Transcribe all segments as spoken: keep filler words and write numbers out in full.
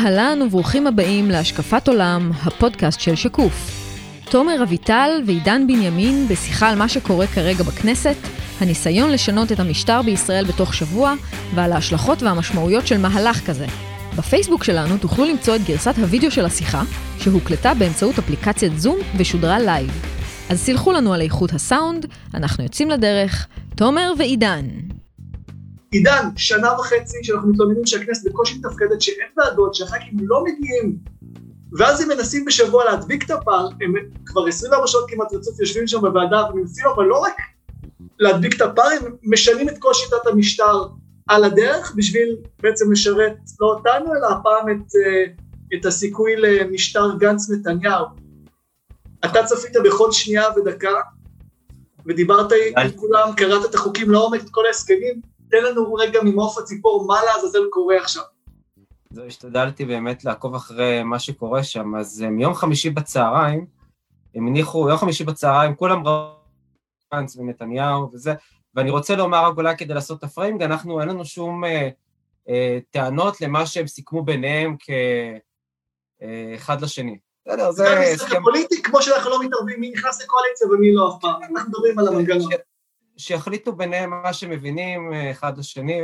אהלן וברוכים הבאים להשקפת עולם, הפודקאסט של שקוף. תומר אביטל ועידן בנימין בשיחה על מה שקורה כרגע בכנסת, הניסיון לשנות את המשטר בישראל בתוך שבוע, ועל ההשלכות והמשמעויות של מהלך כזה. בפייסבוק שלנו תוכלו למצוא את גרסת הוידאו של השיחה, שהוקלטה באמצעות אפליקציית זום ושודרה לייב. אז סלחו לנו על איכות הסאונד, אנחנו יוצאים לדרך, תומר ועידן. עידן, שנה וחצי שאנחנו מתלוננים שהכנסת בקושי מתפקדת, שאין ועדות, שהח"כים לא מגיעים, ואז הם מנסים בשבוע להדביק את הפער, הם כבר עשרים וארבע שעות כמעט רצוף יושבים שם בוועדה, ומנסים אבל לא רק להדביק את הפער, הם משנים את כל שיטת המשטר על הדרך, בשביל בעצם לשרת לא אותנו, אלא הפעם את, את הסיכוי למשטר גנץ נתניהו. אתה צפית בכל שנייה ודקה, ודיברת עם כולם, קראת את החוקים לעומק, את כל ההסכמים, תן לנו רגע ממעוף הציפור, מה לעזאזל קורה עכשיו? זו השתדלתי באמת לעקוב אחרי מה שקורה שם, אז מיום חמישי בצהריים, הם הניחו, יום חמישי בצהריים, כולם ראו גנץ ונתניהו וזה, ואני רוצה לומר רק אולי כדי לעשות את הפריימינג, אנחנו אין לנו שום אה, אה, טענות למה שהם סיכמו ביניהם כאחד אה, לשני. בסדר, זה... זה משחק פוליטי, כמו שאנחנו לא מתערבים מי נכנס לקואליציה ומי לא אף פעם, אנחנו מדברים על המנגנון. שיחליטו ביניהם מה שמבינים אחד לשני,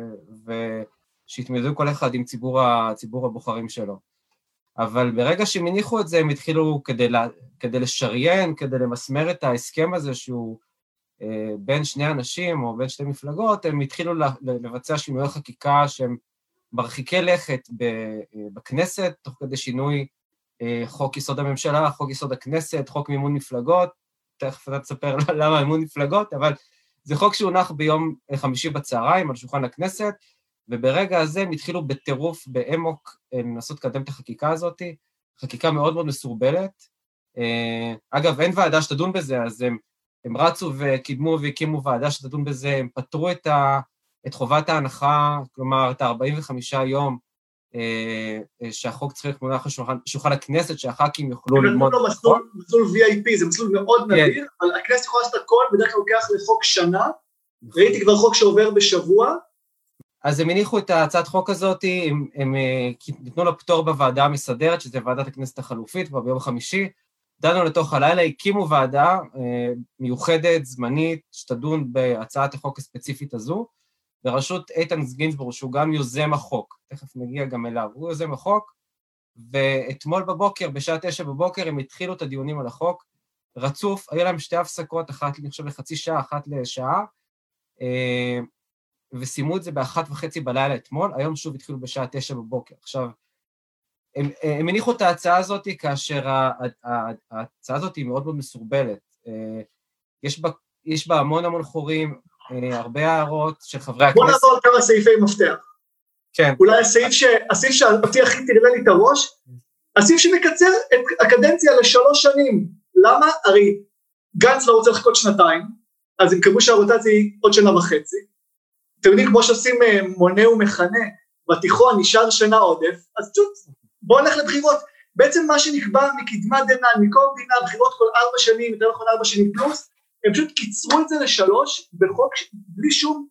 ושיתמודדו כל אחד עם ציבור, ציבור הבוחרים שלו. אבל ברגע שהם הניחו את זה, הם התחילו כדי, לה, כדי לשריין, כדי למסמר את ההסכם הזה, שהוא אה, בין שני אנשים או בין שתי מפלגות, הם התחילו לבצע שינוי חקיקה שהם מרחיקי לכת בכנסת, תוך כדי שינוי אה, חוק יסוד הממשלה, חוק יסוד הכנסת, חוק מימון מפלגות, תכף אתה תספר למה מימון מפלגות, אבל זה חוק שהונח ביום חמישי בצהריים על שולחן הכנסת, וברגע הזה הם התחילו בטירוף באמוק לנסות לקדם את החקיקה הזאת, חקיקה מאוד מאוד מסורבלת. אגב, אין ועדה שתדון בזה, אז הם, הם רצו וקידמו והקימו ועדה שתדון בזה, הם פתרו את, ה, את חובת ההנחה, כלומר, את ה-ארבעים וחמישה יום, שהחוק צריך מונח על שולחן הכנסת, שהח"כים יוכלו ללמוד. זה מסלול, מסלול וי איי פי, זה מסלול מאוד נדיר, אבל הכנסת יכולה לעשות הכל, בדרך כלל לוקח לחוק שנה, ראיתי כבר חוק שעובר בשבוע. אז הם הניחו את הצעת חוק הזאת, הם, הם ניתנו לו פטור בוועדה המסדרת, שזה ועדת הכנסת החלופית, כבר ביום חמישי, דנו לתוך הלילה, הקימו ועדה מיוחדת, זמנית, שתדון בהצעת החוק הספציפית הזו, בראשות איתן גינזבורג, שהוא גם יוזם החוק, תכף נגיע גם אליו, הוא יוזם החוק, ואתמול בבוקר, בשעה תשע בבוקר, הם התחילו את הדיונים על החוק, רצוף, היו להם שתי הפסקות, אחת, אני חושב, לחצי שעה, אחת לשעה, וסיימו את זה באחת וחצי בלילה אתמול, היום שוב התחילו בשעה תשע בבוקר. עכשיו, הם, הם הניחו את ההצעה הזאת, כאשר ההצעה הזאת היא מאוד מאוד מסורבלת, יש בה, יש בה המון המון חורים, הרבה הערות של חברי הכנסת. בוא נעבור על כמה סעיפי מפתח. כן. אולי הסעיף ש... הסעיף שאותי הכי תראה לי את הראש, הסעיף שמקצר את הקדנציה לשלוש שנים. למה? הרי גנץ לא רוצה לחכות שנתיים, אז הם קבעו שהרוטציה היא עוד שנה וחצי. אתם יודעים, כמו שעושים מונה ומכנה, בתיכון נשאר שנה עודף, אז פשוט בואו נלך לבחירות. בעצם מה שנקבע מקדמה דנן, מכל מדינה, בחירות כל ארבע שנים, יותר נכון ארבע שנים פלוס, הם פשוט קיצרו את זה לשלוש, בחוק בלי שום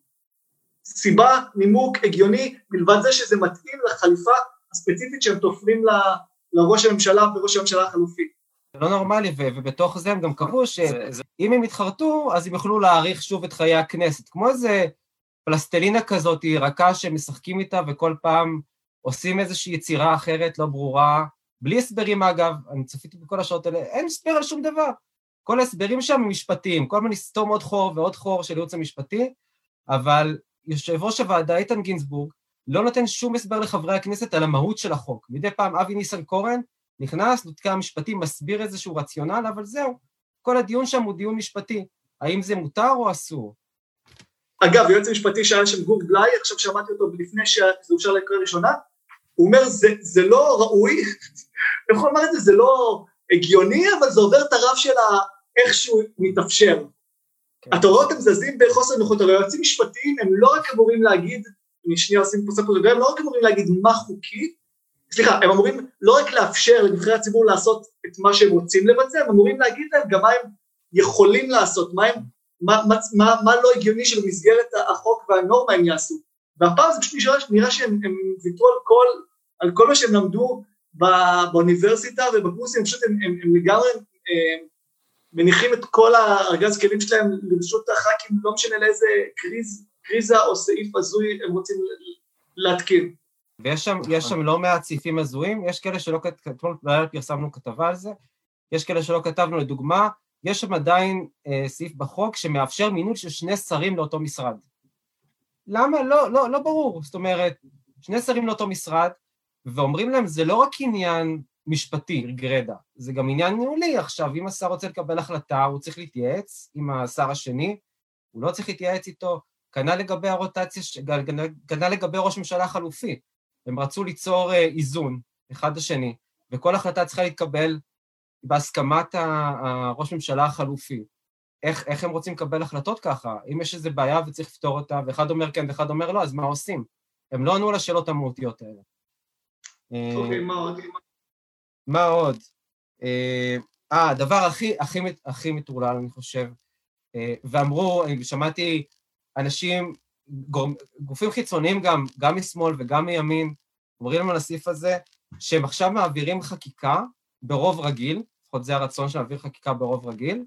סיבה, נימוק, הגיוני, מלבד זה שזה מתאים לחליפה הספציפית שהם תופרים לראש הממשלה וראש הממשלה החלופי. זה לא נורמלי, ובתוך זה הם גם קבעו שאם הם יתחרטו, אז הם יוכלו להאריך שוב את חיי הכנסת, כמו איזה פלסטלינה כזאת, רכה שהם משחקים איתה, וכל פעם עושים איזושהי יצירה אחרת, לא ברורה, בלי הסברים אגב, אני צפיתי בכל השעות האלה, אין הסבר על שום דבר. כל ההסברים שם הם משפטיים, כל מיני סתום עוד חור ועוד חור של ייעוץ המשפטי, אבל יושב ראש הוועדה איתן גינזבורג לא נותן שום הסבר לחברי הכנסת על המהות של החוק. מדי פעם אבי ניסנקורן נכנס, נותקה המשפטי, מסביר איזשהו רציונל, אבל זהו, כל הדיון שם הוא דיון משפטי. האם זה מותר או אסור? אגב, יועץ המשפטי שהיה שם גור בליי, עכשיו שמעתי אותו לפני שזה אושר לקריאה ראשונה, הוא אומר, זה, זה לא ראוי, איך הוא אמר את זה, זה לא הגיוני, אבל זה עובר את הרף של איכשהו מתאפשר. כן. אתה רואה אותם זזים בחוסר נוחות, הרי יועצים משפטיים הם לא רק אמורים להגיד, אני שנייה עושים פה ספר לגבי, הם לא רק אמורים להגיד מה חוקי, סליחה, הם אמורים לא רק לאפשר לנבחרי הציבור לעשות את מה שהם רוצים לבצע, הם אמורים להגיד להם גם מה הם יכולים לעשות, מה, הם, מה, מה, מה, מה לא הגיוני שבמסגרת החוק והנורמה הם יעשו. והפעם זה פשוט נראה, נראה שהם ויתרו על כל על כל מה שהם למדו בא, באוניברסיטה ובקורסים, פשוט הם, הם, הם לגמרי הם, מניחים את כל הארגז כלים שלהם לרשות הח"כים, לא משנה לאיזה קריז, קריזה או סעיף הזוי הם רוצים להתקין. ויש שם, יש שם לא מעט סעיפים הזויים, יש כאלה שלא, אתמול פרסמנו כתבה על זה, יש כאלה שלא כתבנו לדוגמה, יש שם עדיין אה, סעיף בחוק שמאפשר מינוי של שני שרים לאותו משרד. למה? לא, לא, לא ברור. זאת אומרת, שני שרים לאותו משרד, ואומרים להם, זה לא רק עניין משפטי, גרדה, זה גם עניין ניהולי. עכשיו, אם השר רוצה לקבל החלטה, הוא צריך להתייעץ עם השר השני, הוא לא צריך להתייעץ איתו, כנ"ל לגבי הרוטציה, כנ"ל לגבי ראש ממשלה חלופי. הם רצו ליצור אה, איזון, אחד השני, וכל החלטה צריכה להתקבל בהסכמת הראש ממשלה החלופי. איך, איך הם רוצים לקבל החלטות ככה? אם יש איזו בעיה וצריך לפתור אותה, ואחד אומר כן ואחד אומר לא, אז מה עושים? הם לא ענו לשאלות המהותיות האלה. אוקיי, מה עוד? מה עוד? אה, הדבר הכי, הכי, הכי מטורלל, אני חושב, ואמרו, אני שמעתי אנשים, גופים חיצוניים גם, גם משמאל וגם מימין, אומרים לנו על הסעיף הזה, שהם עכשיו מעבירים חקיקה ברוב רגיל, לפחות זה הרצון של להעביר חקיקה ברוב רגיל,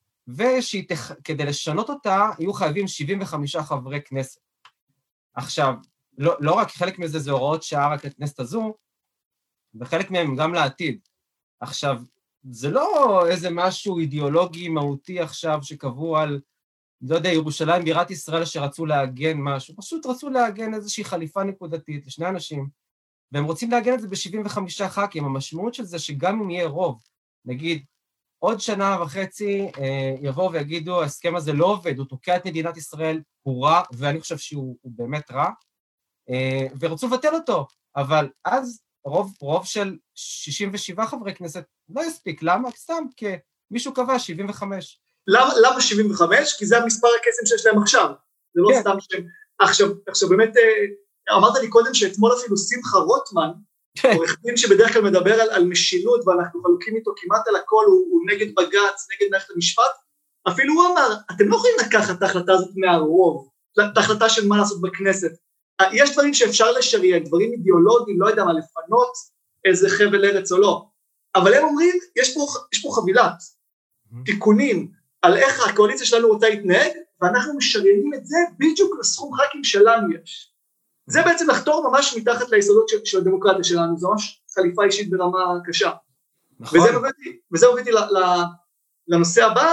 וכדי לשנות אותה, יהיו חייבים שבעים וחמישה חברי כנסת. עכשיו, לא, לא רק חלק מזה זה הוראות שעה רק לכנסת הזו, וחלק מהם גם לעתיד. עכשיו, זה לא איזה משהו אידיאולוגי מהותי עכשיו שקבעו על, לא יודע, ירושלים בירת ישראל שרצו להגן משהו, פשוט רצו להגן איזושהי חליפה נקודתית לשני אנשים, והם רוצים להגן את זה ב-שבעים וחמישה ח"כים. המשמעות של זה שגם אם יהיה רוב, נגיד, עוד שנה וחצי אה, יבואו ויגידו, ההסכם הזה לא עובד, הוא תוקע את מדינת ישראל, הוא רע, ואני חושב שהוא באמת רע, אה, ורצו לבטל אותו, אבל אז רוב, רוב של שישים ושבעה חברי כנסת לא יספיק. למה? סתם, כי מישהו קבע שבעים וחמש. למה, למה שבעים וחמש? כי זה המספר הקסם שיש להם עכשיו. זה לא כן. סתם שהם... עכשיו, עכשיו באמת, אמרת לי קודם שאתמול אפילו שמחה רוטמן, עורך דין שבדרך כלל מדבר על, על משילות, ואנחנו חלוקים איתו כמעט על הכל, הוא, הוא נגד בג"ץ, נגד מערכת המשפט, אפילו הוא אמר, אתם לא יכולים לקחת את ההחלטה הזאת מהרוב, את ההחלטה של מה לעשות בכנסת. יש דברים שאפשר לשריין, דברים אידיאולוגיים, לא יודע מה, לפנות איזה חבל ארץ או לא, אבל הם אומרים, יש פה, יש פה חבילת תיקונים על איך הקואליציה שלנו רוצה להתנהג, ואנחנו משריינים את זה בדיוק לסכום ח"כים שלנו יש. זה בעצם לחתור ממש מתחת ליסודות של, של הדמוקרטיה שלנו, זה ממש חליפה אישית ברמה קשה. נכון. וזה מבאתי, וזה מבאתי לנושא הבא,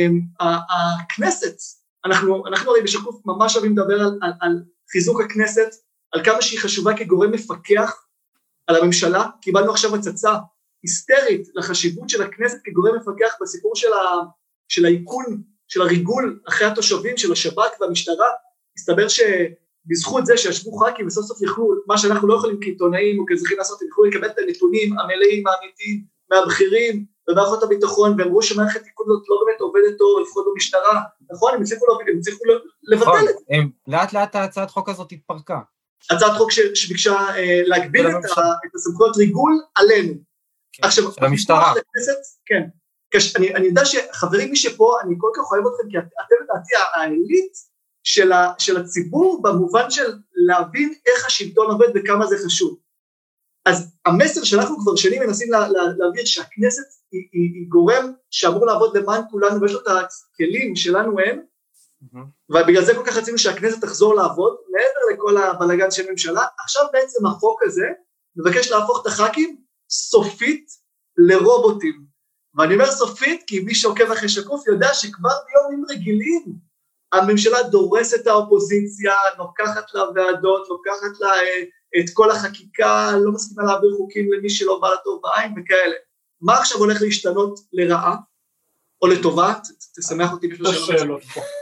הכנסת, אנחנו, אנחנו הרי בשקוף ממש אוהבים לדבר על, על, על חיזוק הכנסת, על כמה שהיא חשובה כגורם מפקח על הממשלה. קיבלנו עכשיו הצצה היסטרית לחשיבות של הכנסת כגורם מפקח בסיפור של, ה, של האיכון, של הריגול אחרי התושבים של השב"כ והמשטרה. הסתבר שבזכות זה שישבו ח"כים וסוף סוף יכלו, מה שאנחנו לא יכולים כעיתונאים או כאזרחים לעשות, הם יכלו לקבל את הנתונים המלאים, האמיתיים, מהבכירים במערכות הביטחון, ואמרו שמערכת תיקון הזאת לא באמת עובדת טוב, לפחות במשטרה, נכון? הם הצליחו לבטל את זה. לאט לאט ההצעת חוק הזאת התפרקה. הצעת חוק שביקשה להגביל את הסמכויות ריגול עלינו. עכשיו, המשטרה. כן, אני יודע שחברים מי שפה, אני כל כך אוהב אתכם, כי אתם לדעתי העילית של הציבור, במובן של להבין איך השלטון עובד וכמה זה חשוב. אז המסר שאנחנו כבר שנים מנסים לה, לה, להעביר שהכנסת היא, היא, היא גורם שאמור לעבוד למען כולנו, ויש לו את הכלים שלנו אין, mm-hmm. ובגלל זה כל כך רצינו שהכנסת תחזור לעבוד, מעבר לכל הבלגן של ממשלה. עכשיו בעצם החוק הזה מבקש להפוך את הח"כים סופית לרובוטים, ואני אומר סופית כי מי שעוקב אחרי שקוף יודע שכבר ביומים רגילים, הממשלה דורסת את האופוזיציה, לוקחת לה ועדות, לוקחת לה את כל החקיקה, לא מסכימה להעביר חוקים למי שלא בא לטוב בעין וכאלה. מה עכשיו הולך להשתנות לרעה או לטובה? תשמח אותי בשביל שאלות.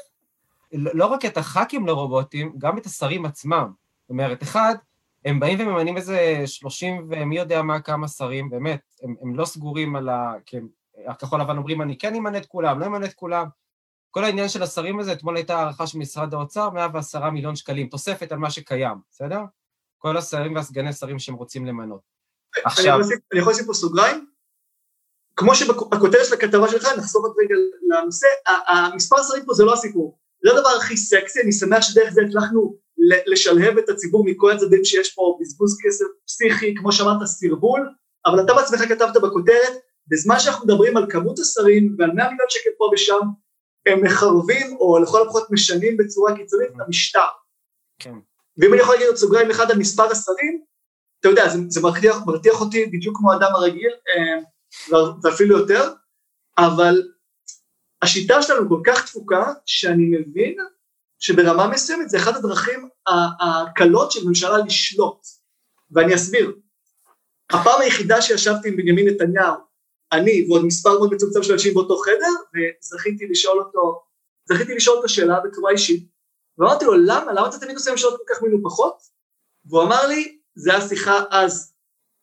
לא רק את הח"כים לרובוטים, גם את השרים עצמם. זאת אומרת, אחד, הם באים וממנים איזה שלושים ומי יודע מה כמה שרים, באמת, הם, הם לא סגורים על ה... הכחול לבן אומרים, אני כן אמנה את כולם, לא אמנה את כולם. כל העניין של השרים הזה, אתמול הייתה הערכה של משרד האוצר, מאה ועשרה מיליון שקלים, תוספת על מה שקיים, בסדר? כל השרים והסגני שרים שהם רוצים למנות. עכשיו... אני יכול להוסיף פה סוגריים? כמו שבכותרת של הכתבה שלך, נחשוף את רגע לנושא, המספר שרים פה זה לא הסיפור. זה הדבר הכי סקסי, אני שמח שדרך זה הצלחנו לשלהב את הציבור מכל הצדדים שיש פה בזבוז כסף פסיכי, כמו שאמרת, סרבול, אבל אתה בעצמך כתבת בכותרת, בזמן שאנחנו מדברים על כמות השרים ועל מאה מיליון שקל פה ושם, הם מחרבים או לכל הפחות משנים בצורה קיצונית את המשטר. כן. ואם אני יכול להגיד עוד סוגריים אחד על מספר השרים, אתה יודע, זה, זה מרתיח, מרתיח אותי בדיוק כמו האדם הרגיל, ואפילו יותר, אבל השיטה שלנו כל כך תפוקה, שאני מבין שברמה מסוימת זה אחד הדרכים הקלות של ממשלה לשלוט, ואני אסביר. הפעם היחידה שישבתי עם בנימין נתניהו, אני ועוד מספר מאוד מצומצם של אנשים באותו חדר, וזכיתי לשאול אותו, זכיתי לשאול אותו שאלה בצורה אישית, ואמרתי לו, למה? למה אתה תמיד עושה ממשלות כל כך מנופחות? והוא אמר לי, זה השיחה אז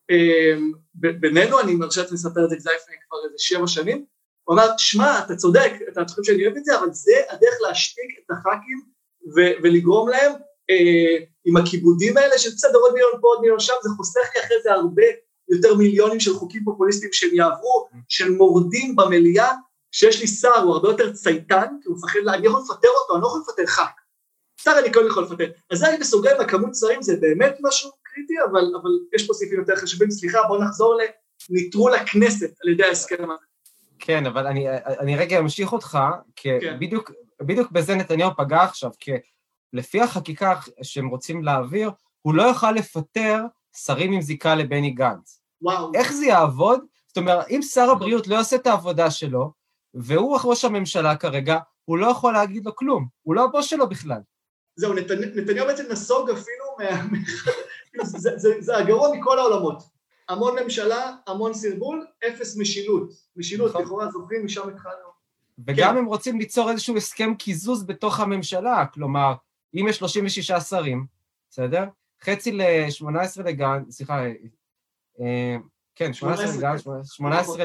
בינינו, אני מרשה את מספר את זה לפני כבר איזה שבע שנים, הוא אמר, שמע, אתה צודק, אתה חושב שאני אוהב את זה, אבל זה הדרך להשתיק את הח"כים ו- ולגרום להם אה, עם הכיבודים האלה, של בסדר עוד מיליון פה, עוד מיליון שם, זה חוסך לי אחרי זה הרבה יותר מיליונים של חוקים פופוליסטיים שהם יעברו, של מורדים במליאה, שיש לי שר, הוא הרבה יותר צייתן, כי הוא מפחד, אני יכול לפטר אותו, אני לא יכול לפטר ח"כ, שר אני כל יכול לפטר, אז זה אני בסוגריים, הכמות שרים זה באמת משהו קריטי, אבל, אבל יש פה סעיפים יותר חשובים, סליחה, בואו נחזור לניטרול הכנסת על ידי ההסכם הזה. כן, אבל אני, אני רגע אמשיך אותך, כי כן. בדיוק, בדיוק בזה נתניהו פגע עכשיו, כי לפי החקיקה שהם רוצים להעביר, הוא לא יוכל לפטר שרים עם זיקה לבני גנץ. וואו. איך זה יעבוד? זאת אומרת, אם שר הבריאות לא עושה את העבודה שלו, והוא ראש הממשלה כרגע, הוא לא יכול להגיד לו כלום, הוא לא הבוס שלו בכלל. זהו, נת, נתניהו בעצם נסוג אפילו, מה, זה, זה, זה, זה הגרוע מכל העולמות. המון ממשלה, המון סרבול, אפס משילות. משילות, לכאורה זוכרים, משם התחלנו. וגם הם רוצים ליצור איזשהו הסכם קיזוז בתוך הממשלה, כלומר, אם יש שלושים ושישה שרים, בסדר? חצי ל-שמונה עשרה לגן, סליחה, כן, שמונה עשרה לגן, שמונה עשרה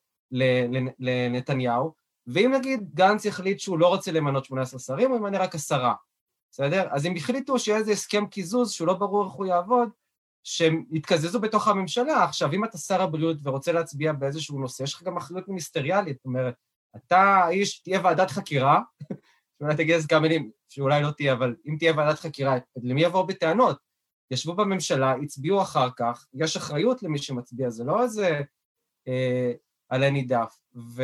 לנתניהו, ואם נגיד גנץ יחליט שהוא לא רוצה למנות שמונה עשרה שרים, הוא ימנה רק עשרה, בסדר? אז אם החליטו שיהיה איזה הסכם קיזוז, שהוא לא ברור איך הוא יעבוד, שהם יתקזזו בתוך הממשלה. עכשיו, אם אתה שר הבריאות ורוצה להצביע באיזשהו נושא, יש לך גם אחריות מיניסטריאלית, זאת אומרת, אתה איש, תהיה ועדת חקירה, שאולי תגיד איזה כמה מילים, שאולי לא תהיה, אבל אם תהיה ועדת חקירה, למי יבואו בטענות? ישבו בממשלה, הצביעו אחר כך, יש אחריות למי שמצביע, זה לא איזה אה, עלי נידף,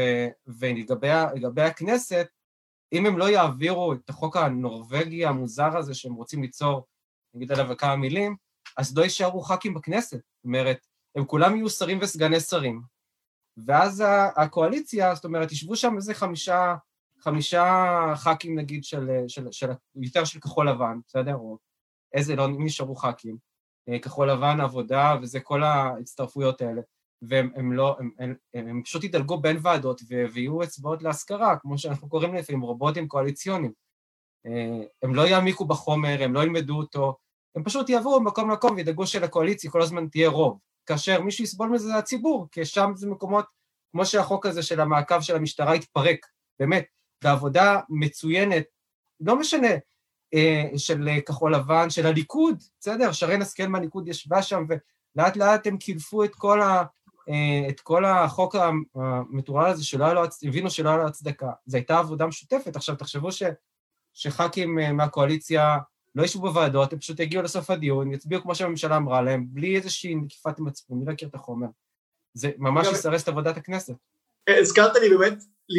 ולגבי הכנסת, אם הם לא יעבירו את החוק הנורווגי המוזר הזה, שהם רוצים ליצור, נגיד עליו כמה מילים, אז לא יישארו ח"כים בכנסת, זאת אומרת, הם כולם יהיו שרים וסגני שרים, ואז הקואליציה, זאת אומרת, ישבו שם איזה חמישה, חמישה ח"כים נגיד של, של, של, יותר של כחול לבן, בסדר? או איזה, לא נשארו ח"כים, כחול לבן, עבודה, וזה כל ההצטרפויות האלה, והם הם לא, הם, הם, הם, הם פשוט ידלגו בין ועדות, ויהיו אצבעות להשכרה, כמו שאנחנו קוראים לפעמים, רובוטים קואליציונים. הם לא יעמיקו בחומר, הם לא ילמדו אותו, הם פשוט יעברו במקום למקום וידאגו שלקואליציה כל הזמן תהיה רוב, כאשר מישהו יסבול מזה זה הציבור, כי שם זה מקומות, כמו שהחוק הזה של המעקב של המשטרה התפרק, באמת, בעבודה מצוינת, לא משנה, של כחול לבן, של הליכוד, בסדר, שרן השכל מהליכוד ישבה שם, ולאט לאט הם קילפו את כל, ה, את כל החוק המטורל הזה, שלא היה לו, הבינו שלא היה לו הצדקה, זו הייתה עבודה משותפת. עכשיו תחשבו ש, שח"כים מהקואליציה לא ישבו בוועדות, הם פשוט הגיעו לסוף הדיון, יצביעו כמו שהממשלה אמרה להם, בלי איזושהי נקיפת מצפון, מי לא הכיר את החומר. זה ממש יסרס את עבודת הכנסת. הזכרת לי באמת,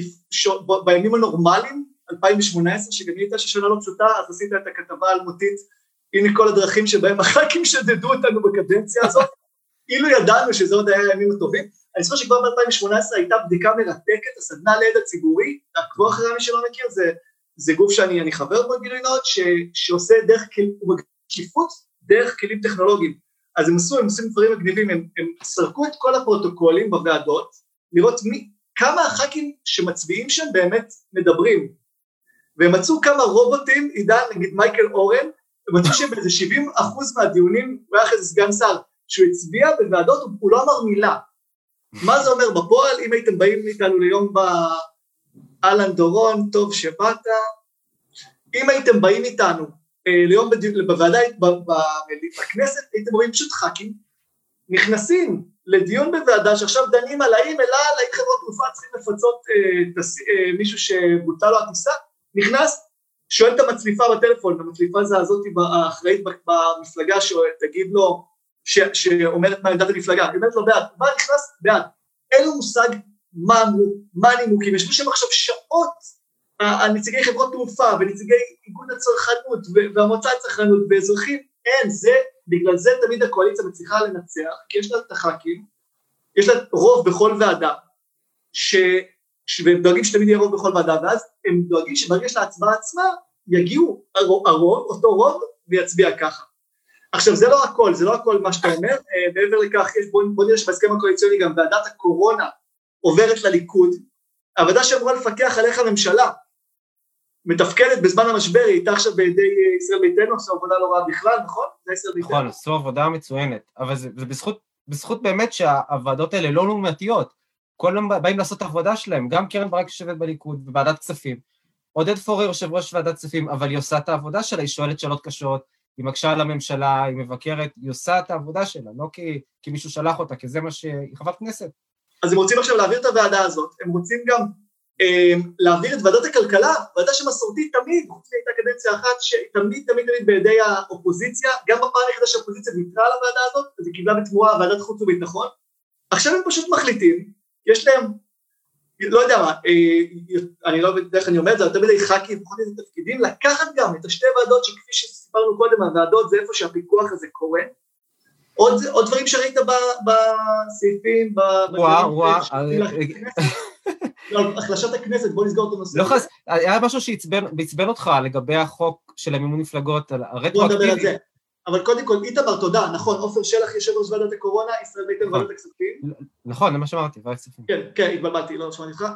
בימים הנורמליים, אלפיים שמונה עשרה, שגם הייתה ששנה לא פשוטה, אז עשית את הכתבה האלמותית, הנה כל הדרכים שבהם הח"כים שדדו אותנו בקדנציה הזאת, אילו ידענו שזה עוד היה הימים הטובים. אני זוכר שכבר ב-אלפיים שמונה עשרה הייתה בדיקה מרתקת, הסדנה לידע ציבורי, תעקבו אחרי מי שלא מכיר, זה, זה גוף שאני חבר בו גילוי נאות, שעושה דרך שקיפות, דרך כלים טכנולוגיים. אז הם עשו, הם עושים דברים מגניבים, הם, הם סרקו את כל הפרוטוקולים בוועדות, לראות מי, כמה הח"כים שמצביעים שם באמת מדברים. והם מצאו כמה רובוטים, עידן, נגיד מייקל אורן, הם מצאו שבאיזה שבעים אחוז מהדיונים, הוא היה אחרי זה סגן שר, שהוא הצביע בוועדות, הוא לא אמר מילה. מה זה אומר בפועל? אם הייתם באים איתנו ליום באלן דורון, טוב שבאת, אם הייתם באים איתנו ליום בוועדה, בכנסת, הייתם רואים פשוט ח"כים, נכנסים לדיון בוועדה, שעכשיו דנים על האם, אלא על האם חברות תרופה צריכים לפצות מישהו שבוטה לו הטיסה, נכנס שואל את המצליפה בטלפון, המצליפה זה הזאת האחראית במפלגה, שתגיד לו, שאומרת מה עמדת המפלגה, היא אומרת לו בעד, מה נכנס? בעד. אין לו מושג מה אמרו, מה נימוקים, ישבו שם עכשיו שעות, הנציגי חברות תעופה, ונציגי איגוד הצרכנות, והמועצה הצרכנות, ואזרחים, אין, זה, בגלל זה תמיד הקואליציה מצליחה לנצח, כי יש לה את הח"כים, יש לה רוב בכל ועדה, ש... והם דואגים שתמיד יהיה רוב בכל ועדה, ואז הם דואגים שברגע של ההצבעה עצמה, יגיעו הרוב, אותו רוב, ויצביע ככה. עכשיו, זה לא הכל, זה לא הכל מה שאתה אומר, בעבר לכך, יש, בוא, בוא נראה שבהסכם הקואליציוני גם ועדת הקורונה עוברת לליכוד, הוועדה שאמורה לפקח על איך הממשלה מתפקדת בזמן המשבר, היא הייתה עכשיו בידי ישראל ביתנו, עשו עבודה לא רעה בכלל, נכון? זה ישראל ביתנו. נכון, עשו עבודה מצוינת, אבל זה, זה בזכות, בזכות באמת שהוועדות האלה לא לעומתיות, כל הם באים לעשות את העבודה שלהם, גם קרן ברק יושבת בליכוד, בוועדת כספים, עודד פורר יושב ראש ועדת כספים, אבל היא עושה את העבודה שלה, היא שואלת שאלות קשות, היא מקשה על הממשלה, היא מבקרת, היא עושה את העבודה שלה, לא כי, כי מישהו שלח אותה, כי זה מה שהיא חברת כנסת. אז הם רוצים עכשיו להעביר את הוועדה הזאת, הם רוצים גם אה, להעביר את ועדת הכלכלה, ועדה שמסורתית תמיד, חוץ מהייתה קדנציה אחת, שתמיד תמיד תמיד בידי האופוזיציה, גם בפעם היחידה שהאופוזיציה ויתרה על הוועדה הזאת, אז היא קיבלה בתמורה ועדת חוץ וביטחון, עכשיו הם פשוט מחליטים, יש להם, לא יודע מה, אה, אני לא יודע איך אני אומר את זה, יותר מדי ח"כים, פחות איזה תפקידים, לקחת גם את השתי ועדות שכפי שסיפרנו קודם, הוועדות זה איפה שהפיקוח הזה קורה, עוד, עוד דברים שראית בסעיפים, וואו, וואו, החלשת הכנסת, בוא נסגור את הנושא. לא חס, היה משהו שהצבן אותך לגבי החוק של המימון מפלגות, הרטרואקטיבי. בוא נדבר על זה, אבל קודם כל, איתמר, תודה, נכון, עופר שלח יושב ראש ועדת הקורונה, ישראל ביתנו ועדת הכספים. נכון, זה מה שאמרתי, ועדת הכספים. כן, כן, התבלבלתי, לא שמעתי אותך.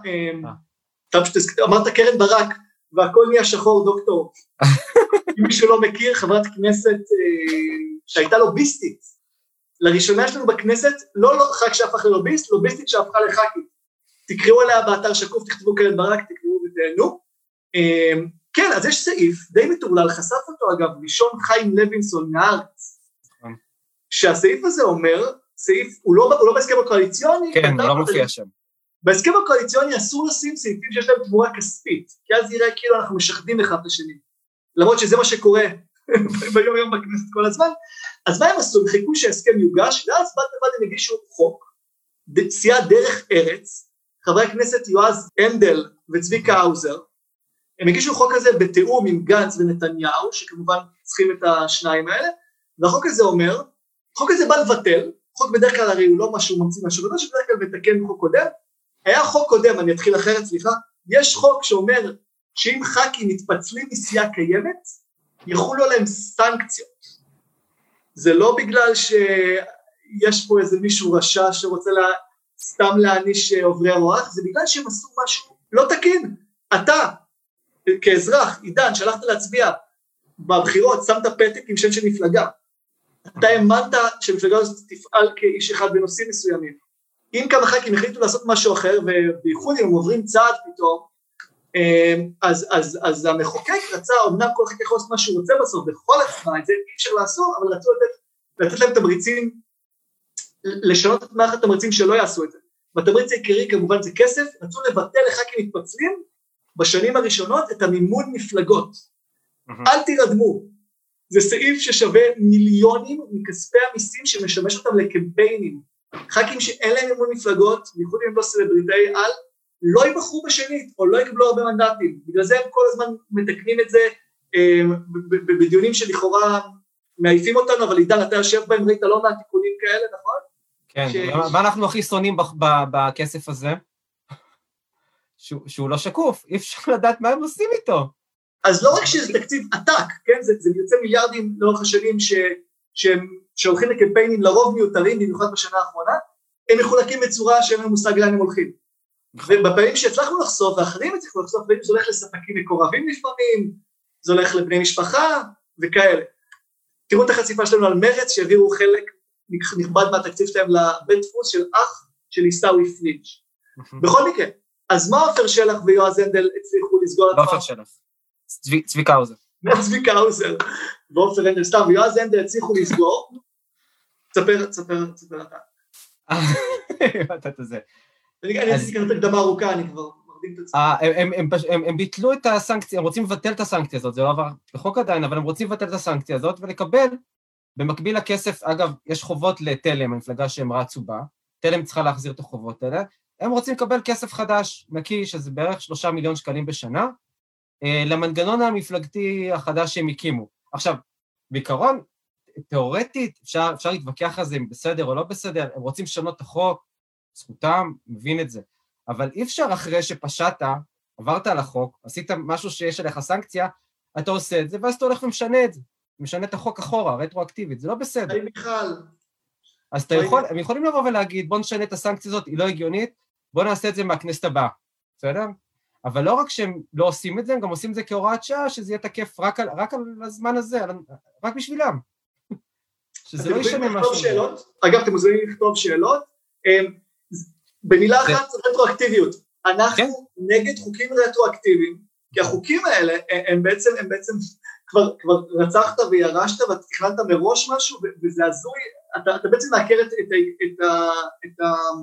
אמרת קרן ברק, והכל נהיה שחור דוקטור. אם מישהו לא מכיר, חברת כנסת שהייתה לוביסטית, לראשונה שלנו בכנסת, לא ח"כ שהפך ללוביסט, לוביסטית שהפכה לח"כית. תקראו עליה באתר שקוף, תכתבו קרן ברק, תקראו ותהנו. כן, אז יש סעיף, די מטורלל, חשף אותו אגב, ראשון חיים לוינסון מהארץ, שהסעיף הזה אומר, סעיף, הוא לא, הוא לא בהסכם הקואליציוני, כן, הוא לא מופיע שם. בהסכם הקואליציוני אסור לשים סעיפים שיש להם תמורה כספית, כי אז יראה כאילו אנחנו משחדים אחד את השני, למרות שזה מה שקורה ביום יום בכנסת כל הזמן, אז מה הם עשו? הם חיכו שההסכם יוגש, ואז בד בבד הם הגישו חוק, סיעת דרך ארץ, חברי הכנסת יועז הנדל וצביקה האוזר, הם הגישו חוק הזה בתיאום עם גנץ ונתניהו, שכמובן צריכים את השניים האלה, והחוק הזה אומר, החוק הזה בא לבטל, חוק בדרך כלל הרי הוא לא משהו ממציא משהו, לא שבדרך כלל מתקן חוק קודם, היה חוק קודם, אני אתחיל אחרת, סליחה, יש חוק שאומר שאם ח"כים מתפצלים מסיעה קיימת, יחולו עליהם סנקציות. זה לא בגלל שיש פה איזה מישהו רשע שרוצה לה, סתם להעניש עוברי אורח, זה בגלל שהם עשו משהו לא תקין. אתה, כאזרח, עידן, שלחת להצביע בבחירות, שמת פתק עם שם של מפלגה, אתה האמנת שמפלגה הזאת תפעל כאיש אחד בנושאים מסוימים. אם כמה ח"כים החליטו לעשות משהו אחר, ובייחוד אם הם עוברים צעד פתאום, אז, אז, אז המחוקק רצה, אמנם כל ח"כ יכול לעשות מה שהוא רוצה בסוף, בכל עצמה, את זה אי אפשר לעשות, אבל רצו לתת, לתת להם תמריצים, לשנות את מערכת התמריצים שלא יעשו את זה. בתמריץ העיקרי כמובן זה כסף, רצו לבטל לח"כים מתפצלים, בשנים הראשונות את המימון מפלגות. אל תירדמו, זה סעיף ששווה מיליונים מכספי המיסים שמשמש אותם לקמפיינים. ח"כים שאין להם מימון מפלגות, בייחוד אם הם לא סלבריטאי על, לא ייבחרו בשנית, או לא יקבלו הרבה מנדטים. בגלל זה הם כל הזמן מתקנים את זה בדיונים שלכאורה מעיפים אותנו, אבל עידן, אתה יושב בהם, ראית לא מהתיקונים כאלה, נכון? כן, מה אנחנו הכי שונאים בכסף הזה? שהוא לא שקוף, אי אפשר לדעת מה הם עושים איתו. אז לא רק שזה תקציב עתק, כן? זה, זה יוצא מיליארדים לאורך השנים ש, שהם, שהולכים לקמפיינים לרוב מיותרים, במיוחד בשנה האחרונה, הם מחולקים בצורה שאין לנו מושג לאן הם הולכים. ובפעמים שהצלחנו לחשוף, ואחרים הצליחו לחשוף, זה הולך לספקים מקורבים לפעמים, זה הולך לבני משפחה וכאלה. תראו את החשיפה שלנו על מרץ, שהעבירו חלק נכבד מהתקציב שלהם לבית דפוס של אח של עיסאווי פריג'. בכל מקרה, אז מה עופר שלח ויועז הנדל הצליחו לסגור את לא עופר שלח, צביקה האוזר. צביקה האוזר ועופר הנדל, סתם, ויועז הנדל הצליחו לסגור, תספר, תספר, תספר אתה. הבנת את זה. אני רציתי לקראת הקדמה ארוכה, אני כבר הם ביטלו את הסנקציה, הם רוצים לבטל את הסנקציה הזאת, זה לא עבר בחוק עדיין, אבל הם רוצים לבטל את הסנקציה הזאת ולקבל, במקביל לכסף, אגב, יש חובות לתלם, המפלגה שהם רצו בה, תלם צריכה להחזיר את החובות האלה, הם רוצים לקבל כסף חדש, נקי, שזה בערך שלושה מיליון שקלים בשנה, למנגנון המפלגתי החדש שהם הקימו. עכשיו, בעיקרון, תיאורטית, אפשר, אפשר להתווכח על זה אם בסדר או לא בסדר, הם רוצים לשנות את החוק, זכותם, מבין את זה. אבל אי אפשר אחרי שפשעת, עברת על החוק, עשית משהו שיש עליך סנקציה, אתה עושה את זה, ואז אתה הולך ומשנה את זה, משנה את החוק אחורה, רטרואקטיבית, זה לא בסדר. היי מיכל. אז אתה יכול, הם יכולים לבוא ולהגיד, בוא נשנה את הסנקציה הזאת, היא לא הגיונית, בוא נעשה את זה מהכנסת הבאה, בסדר? אבל לא רק שהם לא עושים את זה, הם גם עושים את זה כהוראת שעה, שזה יהיה תקף רק על, רק על הזמן הזה, רק בשבילם. שזה לא ישנה משהו. אגב, אתם מוזמנים לכתוב שאלות. במילה אחת, רטרואקטיביות. אנחנו נגד חוקים רטרואקטיביים, כי החוקים האלה, הם בעצם, הם בעצם, כבר, כבר רצחת וירשת, ותכננת מראש משהו, וזה הזוי, אתה, אתה בעצם מעקר את, את, את, את,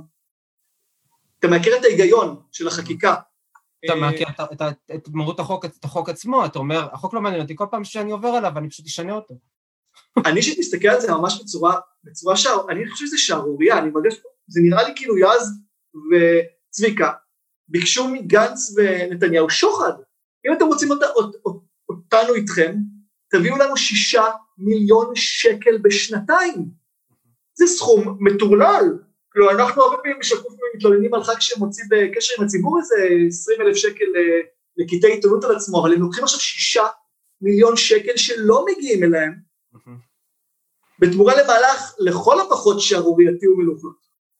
אתה מעקר את ההיגיון של החקיקה. אתה מעקר את, את, את מהות החוק, את החוק עצמו, אתה אומר, החוק לא מעניין אותי, כל פעם שאני עובר עליו, אני פשוט אשנה אותו. אני שתסתכל על זה ממש בצורה, בצורה שער, אני חושב שזה שערוריה, אני מרגש פה, זה נראה לי כאילו יז וצביקה, ביקשו מגנץ ונתניהו שוחד, אם אתם רוצים אותה, אותנו איתכם, תביאו לנו שישה מיליון שקל בשנתיים, זה סכום מטורלל, כאילו אנחנו הרבה פעמים בשקוף מתלוננים על חג שמוציא בקשר עם הציבור איזה עשרים אלף שקל לקטעי עיתונות על עצמו, אבל הם לוקחים עכשיו שישה מיליון שקל שלא מגיעים אליהם, בתמורה למהלך לכל הפחות שערורייתי ומלוכלך.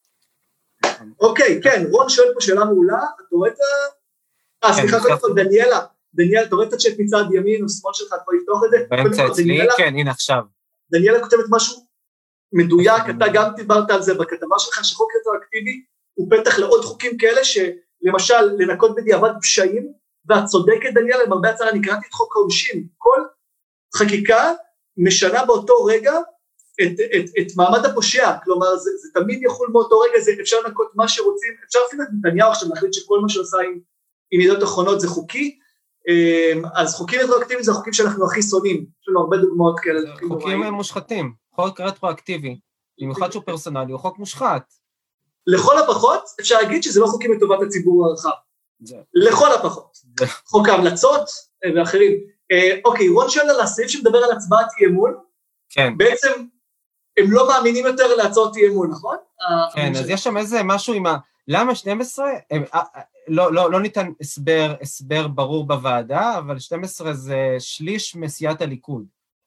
אוקיי, כן, רון שואל פה שאלה מעולה, אתה רואה את ה... אה, סליחה, קודם כל, דניאלה, דניאלה, אתה רואה את הצ'אט מצד ימין או שמאל שלך, אתה יכול לפתוח את זה? באמצע אצלי, כן, הנה עכשיו. דניאלה כותבת משהו מדויק, אתה גם דיברת על זה בכתבה שלך, שחוק רטרואקטיבי הוא פתח לעוד חוקים כאלה, שלמשל, לנקות בדיעבד פשעים, ואת צודקת, דניאלה, למרבה הצער, אני קראתי את חוק העונשין, כל חקיקה משנה באותו רגע את, את, את מעמד הפושע, כלומר זה, זה תמיד יכול מאותו רגע, זה אפשר לנקות מה שרוצים, אפשר אפילו את נתניהו עכשיו להחליט שכל מה שעושה עם, עם ידיעות אחרונות זה חוקי, אז חוקים רטרואקטיביים זה החוקים שאנחנו הכי שונאים, יש לנו הרבה דוגמאות כאלה. חוקים מושחתים, חוק רטרואקטיבי, במיוחד שהוא פרסונלי, הוא חוק מושחת. לכל הפחות אפשר להגיד שזה לא חוקים לטובת הציבור הרחב, לכל הפחות, חוק ההמלצות ואחרים. אוקיי, רון שואל על הסעיף שמדבר על הצבעת אי אמון, כן. בעצם הם לא מאמינים יותר להצעות אי אמון, נכון? כן, אז יש שם איזה משהו עם ה... למה שתים עשרה? לא, לא, לא ניתן הסבר, הסבר ברור בוועדה, אבל שתים עשרה זה שליש מסיעת הליכוד.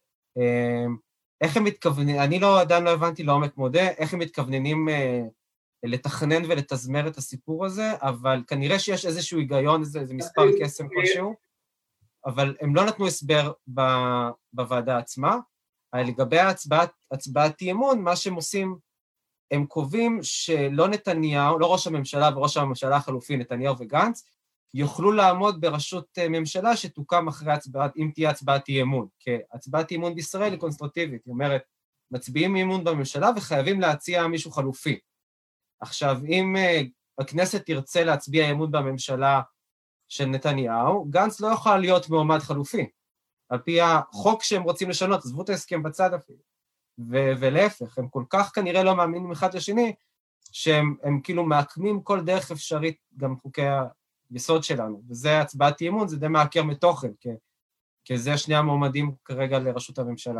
איך הם מתכוונים, אני לא, עדיין לא הבנתי לעומק מודה, איך הם מתכוונים לתכנן ולתזמר את הסיפור הזה, אבל כנראה שיש איזשהו היגיון, איזה, איזה מספר קסם כלשהו, אבל הם לא נתנו הסבר בוועדה עצמה, לגבי הצבעת, הצבעת אי אמון, מה שהם עושים, הם קובעים שלא נתניהו, לא ראש הממשלה וראש הממשלה החלופי, נתניהו וגנץ, יוכלו לעמוד בראשות ממשלה שתוקם אחרי הצבעת, אם תהיה הצבעת אי אמון, כי הצבעת אי אמון בישראל היא קונסטרוקטיבית, היא אומרת, מצביעים אי אמון בממשלה וחייבים להציע מישהו חלופי. עכשיו, אם הכנסת תרצה להצביע אי אמון בממשלה של נתניהו, גנץ לא יוכל להיות מועמד חלופי, על פי החוק שהם רוצים לשנות, עזבו את ההסכם בצד אפילו, ו- ולהפך, הם כל כך כנראה לא מאמינים אחד לשני, שהם הם כאילו מעקמים כל דרך אפשרית גם חוקי היסוד שלנו, וזה הצבעת אי אמון, זה די מעקר מתוכן, כי, כי זה שני המועמדים כרגע לראשות הממשלה.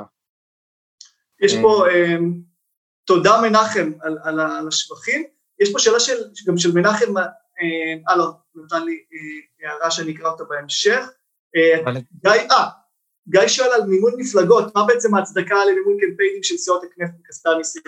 יש פה, תודה מנחם על, על, על השבחים, יש פה שאלה של, גם של מנחם, אה, לא, נתן לי הערה שאני אקרא אותה בהמשך, גיא, אה, גיא שואל על מימון מפלגות, מה בעצם ההצדקה למימון קמפיינים של סיעות הכנסת מכספי המיסים?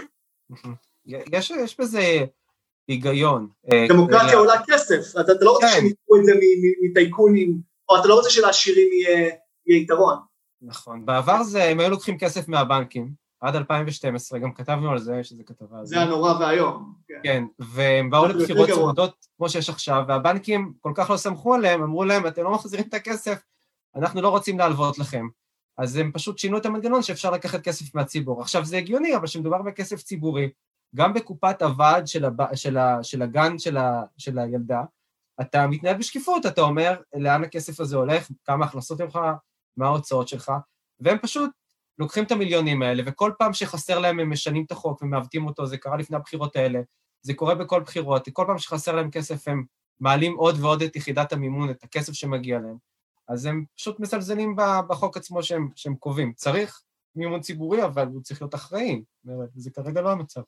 יש, יש בזה היגיון. דמוקרטיה עולה כסף, אתה לא רוצה שהם יקחו את זה מטייקונים, או אתה לא רוצה שלעשירים יהיה יתרון. נכון, בעבר זה, הם היו לוקחים כסף מהבנקים, עד אלפיים ושתים עשרה, גם כתבנו על זה, שזה כתבה על זה. זה הנורא והיום. כן, והם באו לבחירות צמודות, כמו שיש עכשיו, והבנקים כל כך לא סמכו עליהם, אמרו להם, אתם לא מחזירים את הכסף, אנחנו לא רוצים להלוות לכם. אז הם פשוט שינו את המנגנון שאפשר לקחת כסף מהציבור. עכשיו זה הגיוני, אבל שמדובר בכסף ציבורי, גם בקופת הוועד של, הב... של, ה... של הגן של, ה... של הילדה, אתה מתנהל בשקיפות, אתה אומר לאן הכסף הזה הולך, כמה הכנסות ממך, מה ההוצאות שלך, והם פשוט לוקחים את המיליונים האלה, וכל פעם שחסר להם הם משנים את החוק ומעוותים אותו, זה קרה לפני הבחירות האלה, זה קורה בכל בחירות, כל פעם שחסר להם כסף הם מעלים עוד ועוד את יחידת המימון, את הכסף שמגיע להם, אז הם פשוט מסלזלים בחוק עצמו שהם, שהם קובעים. צריך מימון ציבורי, אבל הוא צריך להיות אחראי, וזה כרגע לא המצב.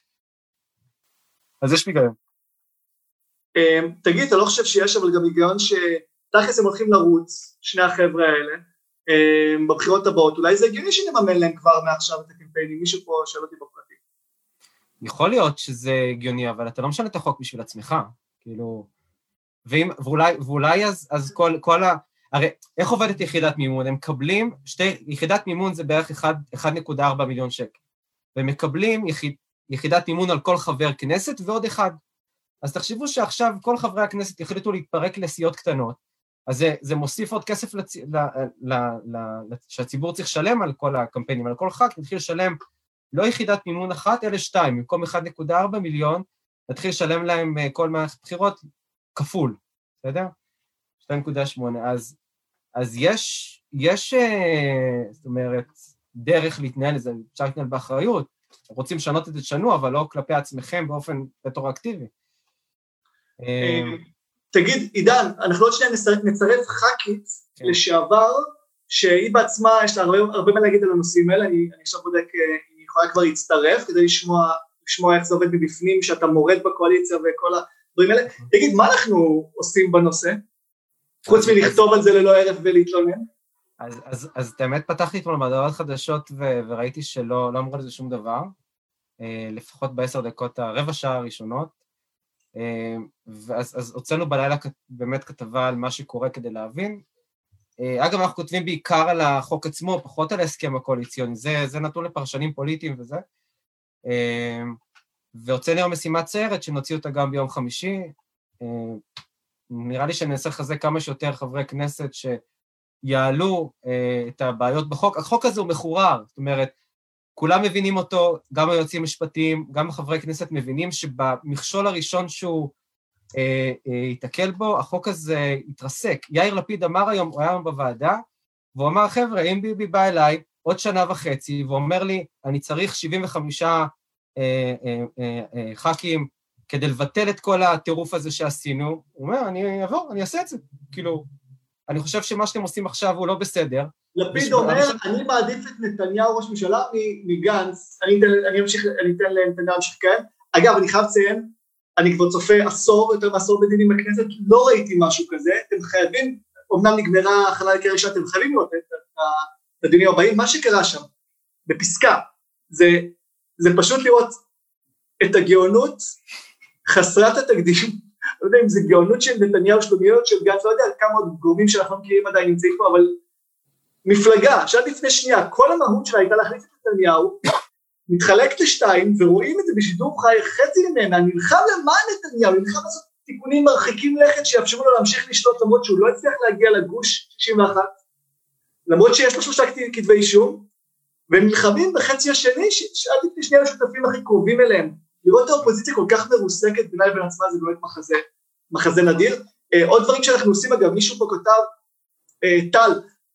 אז יש היגיון. תגיד, אתה לא חושב שיש אבל גם היגיון שתכלס הם הולכים לרוץ, שני החבר'ה האלה, בבחירות הבאות, אולי זה הגיוני שנממן להם כבר מעכשיו את הקמפיינים, מישהו פה שאל אותי בפרטים. יכול להיות שזה הגיוני, אבל אתה לא משנה את החוק בשביל עצמך, כאילו, ואם, ואולי, ואולי אז, אז כל, כל ה... הרי, איך עובדת יחידת מימון? הם מקבלים, שתי, יחידת מימון זה בערך אחד נקודה ארבע מיליון שקל, והם מקבלים יחיד, יחידת מימון על כל חבר כנסת ועוד אחד. אז תחשבו שעכשיו כל חברי הכנסת יחליטו להתפרק לסיעות קטנות, אז זה, זה מוסיף עוד כסף לצ... ל... ל... ל... שהציבור צריך לשלם על כל הקמפיינים, על כל ח"כ, נתחיל לשלם לא יחידת מימון אחת, אלא שתיים, במקום אחד נקודה ארבע מיליון, נתחיל לשלם להם כל מערכת בחירות כפול, בסדר? שתיים נקודה שמונה, אז, אז יש, יש, זאת אומרת, דרך להתנהל לזה, אפשר להתנהל באחריות, רוצים לשנות את זה שנו, אבל לא כלפי עצמכם באופן רטרואקטיבי. תגיד, עידן, אנחנו עוד שניה נצרף ח"כית לשעבר, שהיא בעצמה, יש לה הרבה מה להגיד על הנושאים האלה, אני עכשיו בודק, היא יכולה כבר להצטרף, כדי לשמוע איך זה עובד מבפנים, שאתה מורד בקואליציה וכל הדברים האלה. תגיד, מה אנחנו עושים בנושא? חוץ מלכתוב על זה ללא ערב ולהתלונן? אז, אז, אז באמת פתחתי אתמול מהדורות חדשות ו- וראיתי שלא לא אמרו לזה שום דבר, לפחות בעשר דקות הרבע שעה הראשונות, ואז אז הוצאנו בלילה באמת כתבה על מה שקורה כדי להבין. אגב, אנחנו כותבים בעיקר על החוק עצמו, פחות על ההסכם הקואליציוני, זה, זה נתון לפרשנים פוליטיים וזה, והוצאנו היום משימת סיירת שנוציא אותה גם ביום חמישי, נראה לי שננסה לחזק כמה שיותר חברי כנסת שיעלו את הבעיות בחוק. החוק הזה הוא מחורר, זאת אומרת, כולם מבינים אותו, גם היועצים משפטיים, גם חברי כנסת מבינים שבמכשול הראשון שהוא אה, אה, יתקל בו, החוק הזה יתרסק. יאיר לפיד אמר היום, הוא היה היום בוועדה, והוא אמר, חבר'ה, אם ביבי בא אליי עוד שנה וחצי, והוא אומר לי, אני צריך שבעים וחמישה אה, אה, אה, אה, ח"כים כדי לבטל את כל הטירוף הזה שעשינו, הוא אומר, אני אעבור, אני אעשה את זה. כאילו, אני חושב שמה שאתם עושים עכשיו הוא לא בסדר, לפיד אומר, אני מעדיף את נתניהו ראש ממשלה מגנץ, אני אתן לנתניהו להמשיך כאן. אגב, אני חייב לציין, אני כבר צופה עשור, יותר מעשור בדינים בכנסת, לא ראיתי משהו כזה, אתם חייבים, אמנם נגמרה החלה לקריאה ראשונה, אתם חייבים לראות את הדינים הבאים, מה שקרה שם, בפסקה, זה פשוט לראות את הגאונות חסרת התקדים, לא יודע אם זה גאונות של נתניהו, שלומיות של גנץ, לא יודע כמה עוד גורמים שאנחנו מכירים עדיין נמצאים פה, אבל מפלגה, שעד לפני שנייה, כל המהות שלה הייתה להחליף את נתניהו, מתחלקת לשתיים, ורואים את זה בשידור חי, חצי ממנה, נלחם למען נתניהו, נלחם לעשות תיקונים מרחיקים לכת, שיאפשרו לו להמשיך לשלוט, למרות שהוא לא הצליח להגיע לגוש שישים ואחת, למרות שיש לו שלושה כתבי אישום, ונלחמים בחצי השני, שעד לפני שנייה השותפים הכי קרובים אליהם, לראות את האופוזיציה כל כך מרוסקת, בינה לבין עצמה זה באמת מחזה, מחזה נדיר. עוד דברים שאנחנו עושים, אגב, מישהו פה כתב, טל,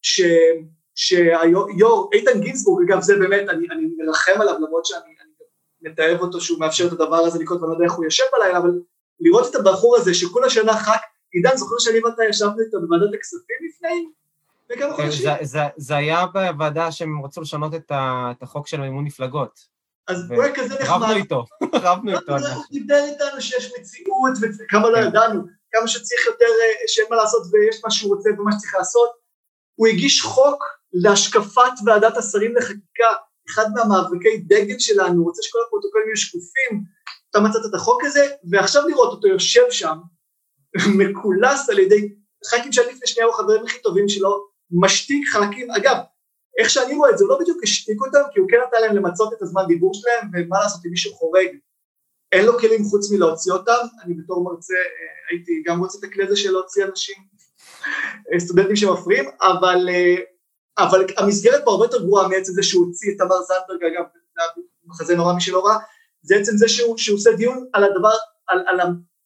שהיור, איתן גינסבורג, אגב זה באמת, אני, אני מרחם עליו, למרות שאני מתאהב אותו שהוא מאפשר את הדבר הזה לקרות, ואני לא יודע איך הוא יושב בלילה, אבל לראות את הבחור הזה, שכל השנה ח"כ, עידן, זוכר שאני ואתה ישבנו איתו בוועדת הכספים לפני, וכמה חודשים? זה היה בוועדה שהם רצו לשנות את החוק של מימון מפלגות. אז הוא היה כזה נחמד. רבנו איתו, רבנו איתו. הוא דיבר איתנו שיש מציאות, וכמה לא ידענו, כמה שצריך יותר, שאין מה לעשות, ויש מה שהוא רוצה ומה שצריך לעשות. הוא הגיש חוק להשקפת ועדת השרים לחקיקה, אחד מהמאבקי דגל שלנו, הוא רוצה שכל הפרוטוקולים יהיו שקופים, אתה מצאת את החוק הזה, ועכשיו לראות אותו יושב שם, מקולס על ידי חלקים שעד לפני שנייה הוא חברים הכי טובים שלו, משתיק חלקים, אגב, איך שאני רואה את זה, הוא לא בדיוק השתיק אותם, כי הוא כן נתן להם למצות את הזמן דיבור שלהם, ומה לעשות אם מישהו חורג, אין לו כלים חוץ מלהוציא אותם, אני בתור מרצה הייתי גם רוצה את הכלי הזה של להוציא אנשים, סטודנטים שמפריעים, אבל, אבל המסגרת פה הרבה יותר גרועה מעצם זה שהוא הוציא את תמר זנדברג, אגב, זה מחזה נורא מי שלא רע, זה עצם זה שהוא, שהוא עושה דיון על הדבר, על, על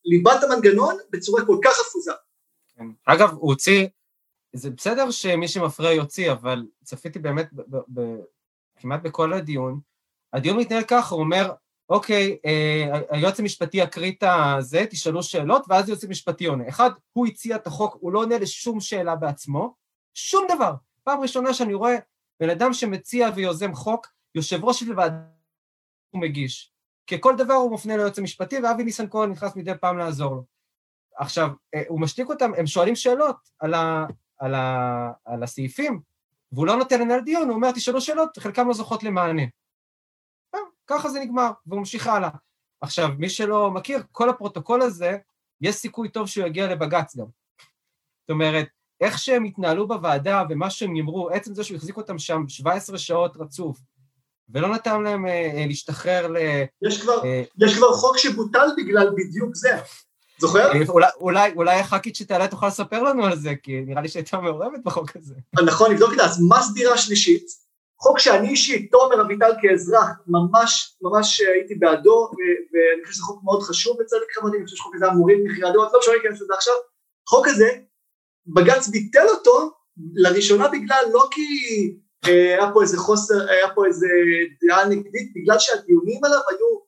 ליבת המנגנון בצורה כל כך חפוזה. כן. אגב, הוא הוציא, זה בסדר שמי שמפריע יוציא, אבל צפיתי באמת ב- ב- ב- כמעט בכל הדיון, הדיון מתנהל ככה, הוא אומר, אוקיי, אה, היועץ המשפטי יקריא את זה, תשאלו שאלות, ואז יועץ המשפטי עונה. אחד, הוא הציע את החוק, הוא לא עונה לשום שאלה בעצמו, שום דבר. פעם ראשונה שאני רואה בן אדם שמציע ויוזם חוק, יושב ראש של ועדה הוא מגיש. ככל דבר הוא מופנה ליועץ המשפטי, ואבי ניסנקורן נכנס מדי פעם לעזור לו. עכשיו, הוא משתיק אותם, הם שואלים שאלות על, ה, על, ה, על הסעיפים, והוא לא נותן לנהל דיון, הוא אומר, תשאלו שאלות, חלקם לא זוכות למענה. ככה זה נגמר, והוא ממשיך הלאה. עכשיו, מי שלא מכיר, כל הפרוטוקול הזה, יש סיכוי טוב שהוא יגיע לבג"ץ גם. זאת אומרת, איך שהם התנהלו בוועדה, ומה שהם יאמרו, עצם זה שהוא החזיק אותם שם שבע עשרה שעות רצוף, ולא נתן להם אה, להשתחרר ל... יש כבר, אה, יש כבר חוק שבוטל בגלל בדיוק זה. זוכר? אה, אולי, אולי, אולי הח"כית שתעלה תוכל לספר לנו על זה, כי נראה לי שהייתה מעורבת בחוק הזה. נכון, נבדוק את זה. אז מס דירה שלישית, חוק שאני אישית, תומר אביטל כאזרח, ממש, ממש הייתי בעדו, ואני חושב שזה חוק מאוד חשוב בצדק חברתי, אני חושב שחוק הזה המוריד מחירי הדירות, לא משנה להיכנס לזה עכשיו. חוק הזה, בג"ץ ביטל אותו, לראשונה בגלל, לא כי היה פה איזה חוסר, היה פה איזה דעה נגדית, בגלל שהדיונים עליו היו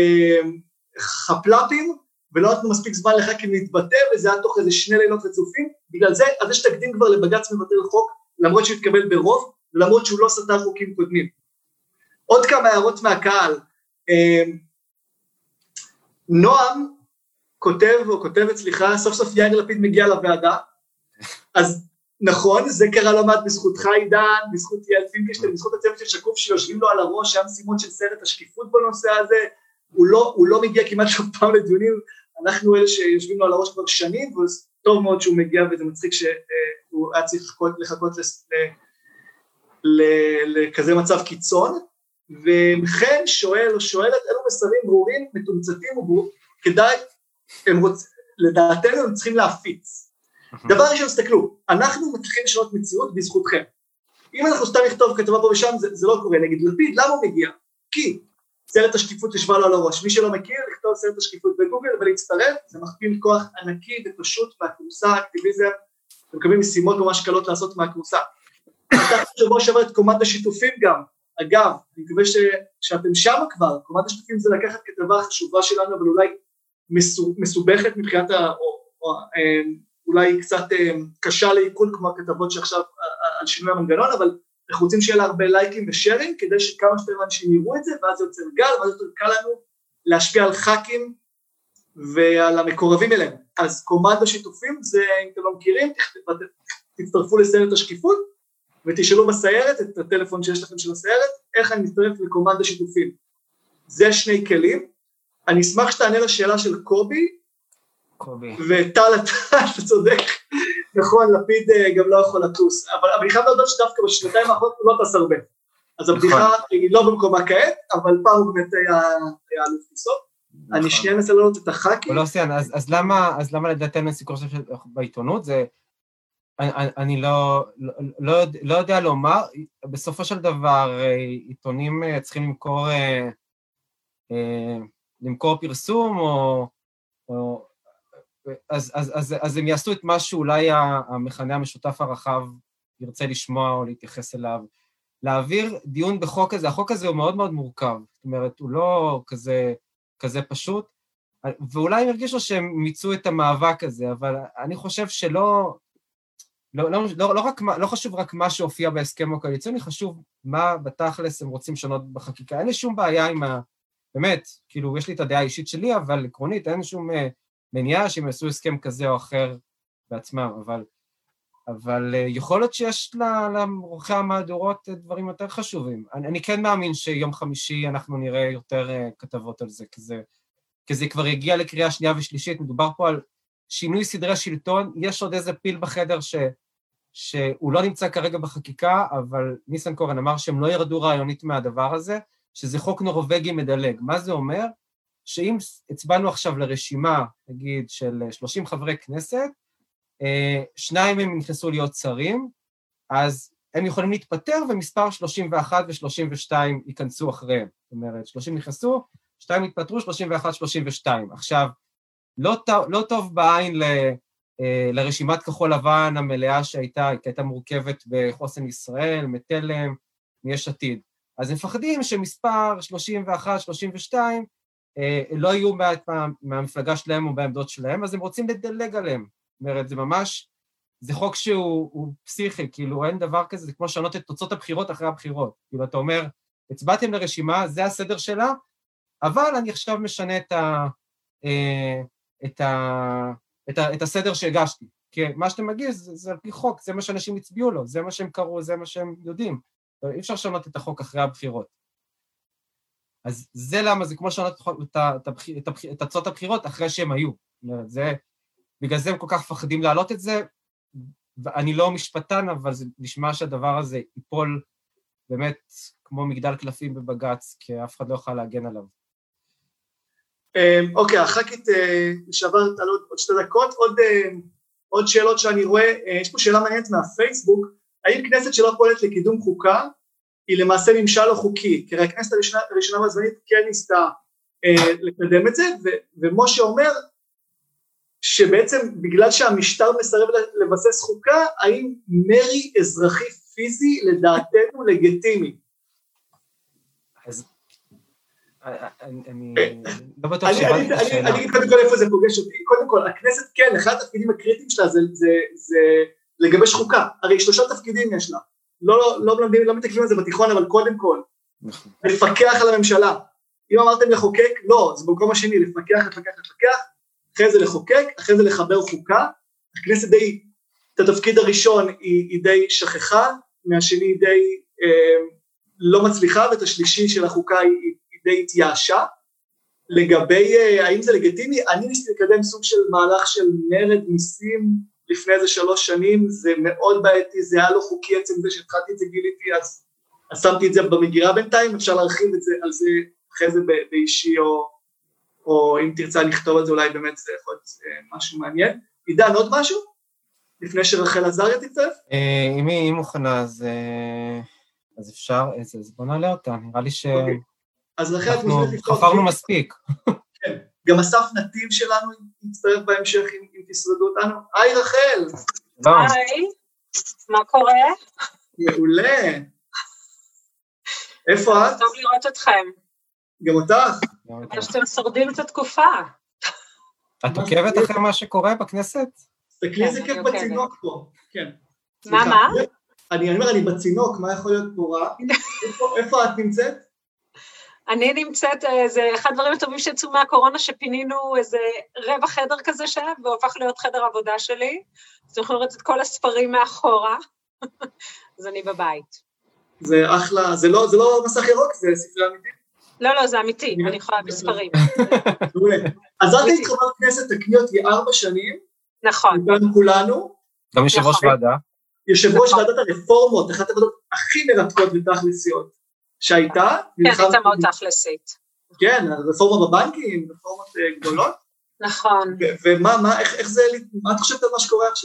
חפלפים, ולא נתנו מספיק זמן לח"כים להתבטא, וזה היה תוך איזה שני לילות רצופים, בגלל זה, אז יש תקדים כבר לבג"ץ מבטל חוק, למרות שהוא התקבל ברוב, למרות שהוא לא סתר חוקים קודמים. עוד כמה הערות מהקהל, נועם כותב, או כותבת, סליחה, סוף סוף יאיר לפיד מגיע לוועדה, אז נכון, זה קרה לא מעט בזכותך עידן, בזכות יעל פינקלשטיין, בזכות הצוות של שקוף שיושבים לו על הראש, היה משימות של סרט השקיפות בנושא הזה, הוא לא, הוא לא מגיע כמעט שוב פעם לדיונים, אנחנו אלה שיושבים לו על הראש כבר שנים, וטוב מאוד שהוא מגיע, וזה מצחיק שהוא היה צריך לחכות, לחכות לכזה מצב קיצון, וכן שואל או שואלת, אלו מסרים ברורים, מתומצתים וברורים, כדאי, הם רוצ... לדעתנו הם צריכים להפיץ. דבר ראשון, תסתכלו, אנחנו מצליחים לשנות מציאות בזכותכם. אם אנחנו סתם נכתוב כתבה פה ושם, זה, זה לא קורה. נגיד, לפיד, למה הוא מגיע? כי סרט השקיפות ישבה לו על הראש. מי שלא מכיר, לכתוב סרט השקיפות בגוגל ולהצטרף, זה מכפיל כוח ענקי ופשוט מהקורסה, אקטיביזם, הם מקבלים משימות ממש קלות לעשות מהקורסה. אתה שבוע שעבר את קומת השיתופים גם. אגב, אני מקווה ש... שאתם שם כבר, קומת השיתופים זה לקחת כתבה חשובה שלנו, אבל אולי מסו... מסובכת מבחינת ה... או... או... אולי קצת קשה לעיכול כמו הכתבות שעכשיו על שינוי המנגנון, אבל אנחנו רוצים שיהיה לה הרבה לייקים ושארים, כדי שכמה שיותר אנשים יראו את זה, ואז זה יוצר גל, ואז יותר קל לנו להשפיע על ח"כים ועל המקורבים אליהם. אז קומנד השיתופים, זה אם אתם לא מכירים, תצטרפו לסיירת השקיפות, ותשאלו בסיירת את הטלפון שיש לכם של הסיירת, איך אני מצטרף לקומנד השיתופים. זה שני כלים. אני אשמח שתענה לשאלה של קובי, וטל, אתה צודק, נכון, לפיד גם לא יכול לטוס, אבל אני חייב להודות שדווקא בשנתיים האחרונות הוא לא טס הרבה, אז הבדיחה היא לא במקומה כעת, אבל פעם הוא באמת היה אלוף טיסות. אני שנייה אנסה לעלות את הח"כים. לא סיין, אז למה לדעתנו אין סיקור בעיתונות? אני לא יודע לומר, בסופו של דבר עיתונים צריכים למכור למכור פרסום, או אז, אז, אז, אז הם יעשו את מה שאולי המכנה המשותף הרחב ירצה לשמוע או להתייחס אליו. להעביר דיון בחוק הזה, החוק הזה הוא מאוד מאוד מורכב, זאת אומרת, הוא לא כזה, כזה פשוט, ואולי הם הרגישו שהם מיצו את המאבק הזה, אבל אני חושב שלא, לא, לא, לא, לא, רק, לא חשוב רק מה שהופיע בהסכם הקואליציוני, חשוב מה בתכלס הם רוצים לשנות בחקיקה. אין לי שום בעיה עם ה... באמת, כאילו, יש לי את הדעה האישית שלי, אבל עקרונית, אין שום מניעה שהם יעשו הסכם כזה או אחר בעצמם, אבל, אבל יכול להיות שיש לעורכי המהדורות דברים יותר חשובים. אני, אני כן מאמין שיום חמישי אנחנו נראה יותר כתבות על זה, כי זה, כי זה כבר יגיע לקריאה שנייה ושלישית, מדובר פה על שינוי סדרי שלטון, יש עוד איזה פיל בחדר ש, שהוא לא נמצא כרגע בחקיקה, אבל ניסנקורן אמר שהם לא ירדו רעיונית מהדבר הזה, שזה חוק נורווגי מדלג. מה זה אומר? שאם הצבענו עכשיו לרשימה, נגיד, של שלושים חברי כנסת, שניים הם נכנסו להיות שרים, אז הם יכולים להתפטר, ומספר שלושים ואחת ו-שלושים ושתיים ייכנסו אחריהם. זאת אומרת, שלושים נכנסו, שתיים התפטרו, שלושים ואחת, שלושים ושתיים. עכשיו, לא, לא טוב בעין ל, לרשימת כחול לבן המלאה שהייתה, הייתה מורכבת בחוסן ישראל, מתלם, מיש עתיד. אז הם מפחדים שמספר שלושים ואחת, שלושים ושתיים, לא יהיו מה, מהמפלגה שלהם או בעמדות שלהם, אז הם רוצים לדלג עליהם. זאת אומרת, זה ממש, זה חוק שהוא פסיכי, כאילו אין דבר כזה, זה כמו לשנות את תוצאות הבחירות אחרי הבחירות. כאילו אתה אומר, הצבעתם לרשימה, זה הסדר שלה, אבל אני עכשיו משנה את, ה, את, ה, את, ה, את הסדר שהגשתי. כי מה שאתם מגיש זה, זה על פי חוק, זה מה שאנשים הצביעו לו, זה מה שהם קראו, זה מה שהם יודעים. אי אפשר לשנות את החוק אחרי הבחירות. אז זה למה, זה כמו לשנות את, את, את, את תוצאות הבחירות אחרי שהם היו. זאת אומרת, זה, בגלל זה הם כל כך פחדים להעלות את זה, ואני לא משפטן, אבל זה נשמע שהדבר הזה ייפול באמת כמו מגדל קלפים בבגץ, כי אף אחד לא יוכל להגן עליו. אוקיי, הח"כית לשעבר על עוד שתי דקות, עוד שאלות שאני רואה, יש פה שאלה מעניינת מהפייסבוק, האם כנסת שלא פועלת לקידום חוקה, היא למעשה ממשל לא חוקי, כי הכנסת הראשונה והזמנית כן ניסתה לקדם את זה, ומשה אומר, שבעצם בגלל שהמשטר מסרב לבסס חוקה, האם מרי אזרחי פיזי לדעתנו לגיטימי? אז אני לא בטוח שבאתי את השאלה. אני אגיד קודם כל איפה זה פוגש אותי. קודם כל, הכנסת כן, אחד התפקידים הקריטיים שלה זה לגבש חוקה. הרי שלושה תפקידים יש לה. לא מתקפים על זה בתיכון, אבל קודם כל, לפקח על הממשלה. אם אמרתם לחוקק, לא, זה במקום השני, לפקח, לפקח, לפקח, אחרי זה לחוקק, אחרי זה לחבר חוקה. הכנסת די, את התפקיד הראשון היא די שכחה, מהשני היא די לא מצליחה, ואת השלישי של החוקה היא די התייאשה. לגבי האם זה לגיטימי, אני ניסיתי לקדם סוג של מהלך של מרד מיסים לפני איזה שלוש שנים, זה מאוד בעייתי, זה היה לא חוקי עצם זה שהתחלתי את זה גיליתי, אז, אז שמתי את זה במגירה בינתיים, אפשר להרחיב את זה על זה אחרי זה באישי, או, או אם תרצה לכתוב את זה, אולי באמת זה יכול להיות משהו מעניין. עידן, עוד משהו? לפני שרחל עזריה תצטרף? אם היא מוכנה, אז, אז אפשר, אז בוא נעלה אותה, נראה לי ש... אז רחל, אנחנו חפרנו מספיק. כן, גם אסף נתיב שלנו יצטרף בהמשך אם, אם תשרדו אותנו. היי רחל. היי, מה קורה? מעולה. איפה את? טוב לראות אתכם. גם אותך. אז אתם שורדים את התקופה. את עוקבת אחרי מה שקורה בכנסת? תסתכלי איזה כיף בצינוק פה. כן. מה, מה? אני אומר, אני בצינוק, מה יכול להיות פה רע? איפה את נמצאת? אני נמצאת, זה אחד הדברים הטובים שיצאו מהקורונה, שפינינו איזה רבע חדר כזה שהיה, והופך להיות חדר עבודה שלי, אז אנחנו רואים את כל הספרים מאחורה, אז אני בבית. זה אחלה, זה לא, זה לא מסך ירוק, זה ספרי אמיתי? לא, לא, זה אמיתי, אני יכולה בספרים. אז את היית חברת כנסת, תקני אותי ארבע שנים, נכון. גם כולנו. גם יושב ראש ועדה. יושב ראש ועדת הרפורמות, אחת הוועדות הכי מרתקות ותכלסיות. שהייתה, כן, הייתה מאוד תכלסית. כן, רפורמה בבנקים, רפורמות גדולות. נכון. ומה, מה, איך, איך זה, מה את חושבת על מה שקורה עכשיו?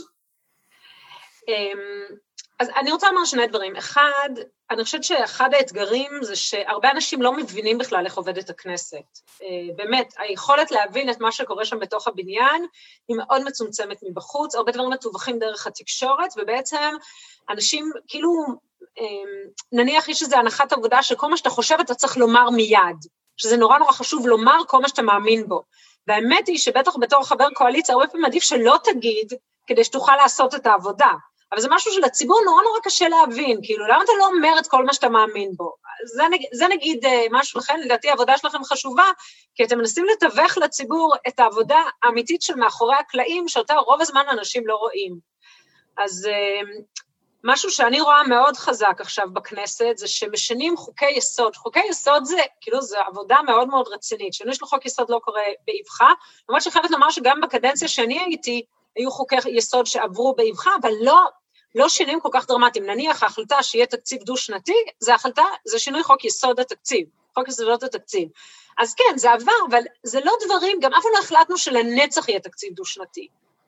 אז אני רוצה לומר שני דברים. אחד, אני חושבת שאחד האתגרים זה שהרבה אנשים לא מבינים בכלל איך עובדת הכנסת. באמת, היכולת להבין את מה שקורה שם בתוך הבניין היא מאוד מצומצמת מבחוץ, הרבה דברים מתווכים דרך התקשורת, ובעצם אנשים כאילו, נניח יש איזו הנחת עבודה שכל מה שאתה חושב אתה צריך לומר מיד, שזה נורא נורא חשוב לומר כל מה שאתה מאמין בו. והאמת היא שבטח בתור חבר קואליציה, הרבה פעמים עדיף שלא תגיד כדי שתוכל לעשות את העבודה. אבל זה משהו שלציבור נורא נורא קשה להבין, כאילו, למה אתה לא אומר את כל מה שאתה מאמין בו? זה, זה נגיד משהו, לכן, לדעתי, העבודה שלכם חשובה, כי אתם מנסים לתווך לציבור את העבודה האמיתית של מאחורי הקלעים, שאותה רוב הזמן אנשים לא רואים. אז משהו שאני רואה מאוד חזק עכשיו בכנסת, זה שמשנים חוקי יסוד. חוקי יסוד זה, כאילו, זו עבודה מאוד מאוד רצינית. שינוי של חוק יסוד לא קורה באבחה, למרות שחייבת לומר שגם בקדנציה שאני הייתי, היו חוקי יסוד שעברו באבחה, אבל לא, לא שינויים כל כך דרמטיים. נניח ההחלטה שיהיה תקציב דו-שנתי, זה החלטה, זה שינוי חוק יסוד התקציב, חוק יסודות התקציב. אז כן, זה עבר, אבל זה לא דברים, גם אף לא החלטנו שלנצח יהיה תקציב דו-שנתי.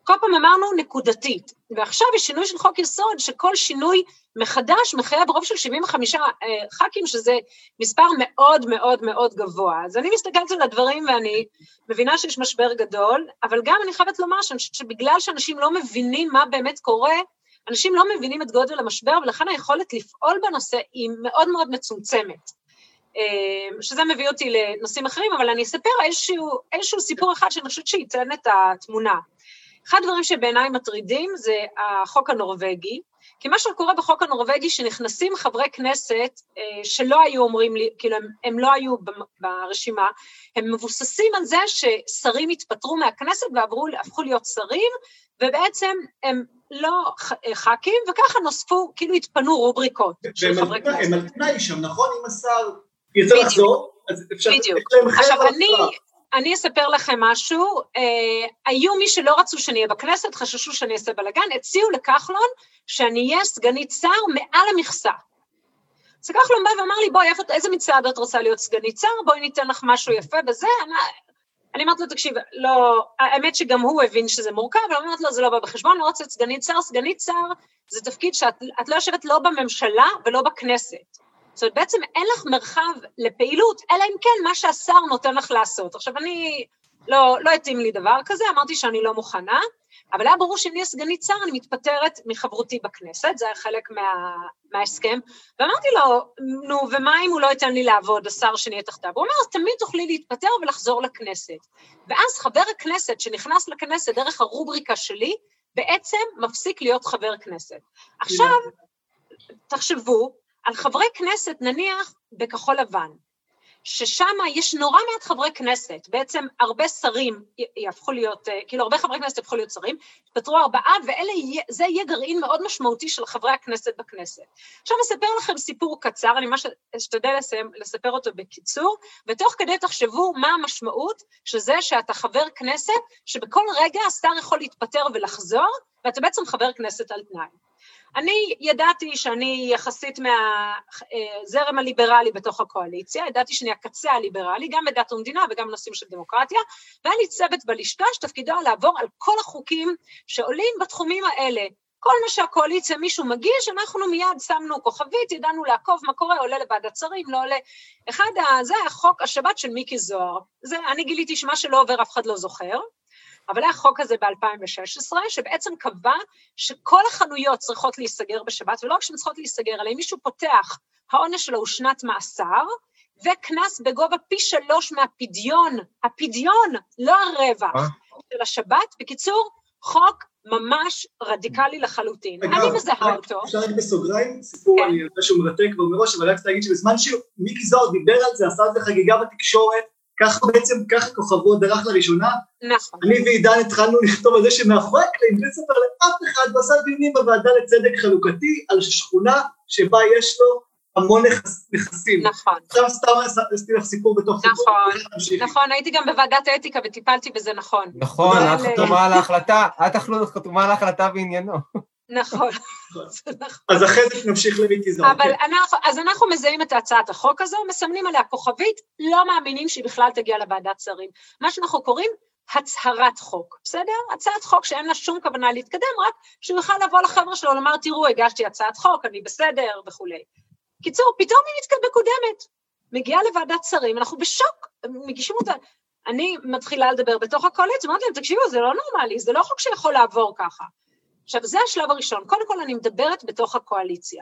כל פעם אמרנו נקודתית, ועכשיו יש שינוי של חוק יסוד, שכל שינוי מחדש מחייב רוב של שבעים וחמישה ח"כים, שזה מספר מאוד מאוד מאוד גבוה. אז אני מסתכלת על הדברים ואני מבינה שיש משבר גדול, אבל גם אני חייבת לומר שבגלל שאנשים לא מבינים מה באמת קורה, אנשים לא מבינים את גודל המשבר, ולכן היכולת לפעול בנושא היא מאוד מאוד מצומצמת. שזה מביא אותי לנושאים אחרים, אבל אני אספר איזשהו, איזשהו סיפור אחד שאני חושבת שייתן את התמונה. אחד הדברים שבעיניי מטרידים זה החוק הנורווגי, כי מה שקורה בחוק הנורווגי שנכנסים חברי כנסת שלא היו אומרים לי, כאילו הם, הם לא היו ברשימה, הם מבוססים על זה ששרים התפטרו מהכנסת ועברו, הפכו להיות שרים, ובעצם הם לא ח"כים, וככה נוספו, כאילו התפנו רובריקות של חברי כנסת. הם על תנאי שם, נכון? אם השר ירצה לחזור, אז אפשר... בדיוק. עכשיו אני... אני אספר לכם משהו, אה, היו מי שלא רצו שאני אהיה בכנסת, חששו שאני אעשה בלגן, הציעו לכחלון שאני אהיה סגנית שר מעל המכסה. אז כחלון בא ואמר לי, בואי, איזה מצעד את רוצה להיות סגנית שר, בואי ניתן לך משהו יפה בזה, אני, אני אמרת לו, תקשיב, לא, האמת שגם הוא הבין שזה מורכב, אבל אמרת לו, זה לא בא בחשבון, אני רוצה את סגנית שר, סגנית שר זה תפקיד שאת לא יושבת לא בממשלה ולא בכנסת. זאת אומרת, בעצם אין לך מרחב לפעילות, אלא אם כן מה שהשר נותן לך לעשות. עכשיו, אני, לא, לא התאים לי דבר כזה, אמרתי שאני לא מוכנה, אבל היה ברור שאני הסגנית שר, אני מתפטרת מחברותי בכנסת, זה היה חלק מה, מההסכם, ואמרתי לו, נו, ומה אם הוא לא ייתן לי לעבוד, השר שנהיה תחתיו? הוא אומר, אז תמיד תוכלי להתפטר ולחזור לכנסת. ואז חבר הכנסת שנכנס לכנסת דרך הרובריקה שלי, בעצם מפסיק להיות חבר כנסת. עכשיו, תחשבו, על חברי כנסת, נניח בכחול לבן, ששם יש נורא מעט חברי כנסת, בעצם הרבה שרים יהפכו להיות, כאילו הרבה חברי כנסת יהפכו להיות שרים, פתרו ארבעה, וזה יהיה גרעין מאוד משמעותי של חברי הכנסת בכנסת. עכשיו אספר לכם סיפור קצר, אני ממש אשתדל לסיים, לספר אותו בקיצור, ותוך כדי תחשבו מה המשמעות של זה שאתה חבר כנסת, שבכל רגע השר יכול להתפטר ולחזור, ואתה בעצם חבר כנסת על תנאי. אני ידעתי שאני יחסית מהזרם הליברלי בתוך הקואליציה, ידעתי שאני הקצה הליברלי, גם בדת ומדינה וגם בנושאים של דמוקרטיה, והיה לי צוות בלשכה שתפקידו לעבור על כל החוקים שעולים בתחומים האלה. כל מה שהקואליציה מישהו מגיש, אנחנו מיד שמנו כוכבית, ידענו לעקוב מה קורה, עולה לוועדת שרים, לא עולה. אחד, זה החוק השבת של מיקי זוהר. זה, אני גיליתי שמה שלא עובר אף אחד לא זוכר, אבל היה חוק הזה ב-אלפיים ושש עשרה, שבעצם קבע שכל החנויות צריכות להיסגר בשבת, ולא רק שהן צריכות להיסגר, אלא אם מישהו פותח, העונש שלו הוא שנת מאסר, וכנס בגובה פי שלוש מהפדיון, הפדיון, לא הרווח, של השבת. בקיצור, חוק ממש רדיקלי לחלוטין. אני מזהה אותו. אפשר רק בסוגריים, סיפור, אני יודע שהוא מרתק, ומראש, אבל רק להגיד שבזמן שמיקי זוהר דיבר על זה, עשה את זה חגיגה בתקשורת, ככה בעצם, ככה כוכבו דרך לראשונה, נכון. אני ועידן התחלנו לכתוב על זה שמאחורי הקלעים, בלי לספר לאף אחד, ועשה דיונים בוועדה לצדק חלוקתי, על שכונה שבה יש לו המון נכסים. נכון. עכשיו סתם עשיתי לך סיפור בתוך סיפור. נכון, נכון, הייתי גם בוועדת האתיקה וטיפלתי בזה, נכון. נכון, את חתומה על ההחלטה, את חתומה על ההחלטה בעניינו. נכון. אז אחרי זה נמשיך למיקי זוהר. אבל אז אנחנו מזהים את הצעת החוק הזו, מסמנים עליה כוכבית, לא מאמינים שהיא בכלל תגיע לוועדת שרים. מה שאנחנו קוראים הצהרת חוק, בסדר? הצעת חוק שאין לה שום כוונה להתקדם, רק שהוא יוכל לבוא לחבר'ה שלו, לומר, תראו, הגשתי הצעת חוק, אני בסדר וכו'. קיצור, פתאום היא מתקדמת מקודמת, מגיעה לוועדת שרים, אנחנו בשוק, מגישים אותה, אני מתחילה לדבר בתוך הקואליציה, אמרתי להם, תקשיבו, זה לא נורמלי, זה לא חוק שיכול לעבור ככה. עכשיו, זה השלב הראשון, קודם כל אני מדברת בתוך הקואליציה.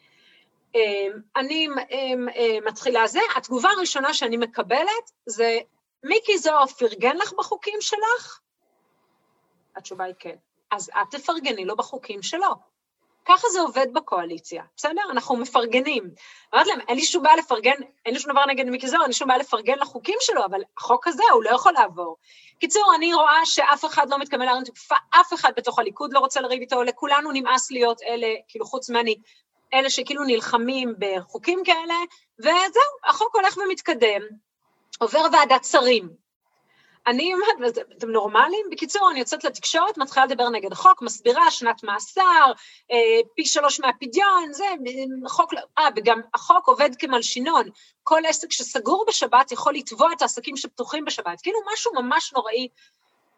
אני מתחילה זה, התגובה הראשונה שאני מקבלת, זה, מיקי זוהר פרגן לך בחוקים שלך? התשובה היא כן. אז את תפרגני לו בחוקים שלו. ככה זה עובד בקואליציה, בסדר? אנחנו מפרגנים. אמרת להם, אין לי שום בעיה לפרגן, אין לי שום דבר נגד מיקי זוהר, אין לי שום בעיה לפרגן לחוקים שלו, אבל החוק הזה הוא לא יכול לעבור. קיצור, אני רואה שאף אחד לא מתכוון להרים תקופה, אף אחד בתוך הליכוד לא רוצה לריב איתו, לכולנו נמאס להיות אלה, כאילו חוץ ממני, אלה שכאילו נלחמים בחוקים כאלה, וזהו, החוק הולך ומתקדם, עובר ועדת שרים. אני אומרת, אתם נורמליים? בקיצור, אני יוצאת לתקשורת, מתחילה לדבר נגד החוק, מסבירה, שנת מאסר, פי שלוש מהפדיון, זה חוק, אה, וגם החוק עובד כמלשינון, כל עסק שסגור בשבת יכול לתבוע את העסקים שפתוחים בשבת, כאילו משהו ממש נוראי,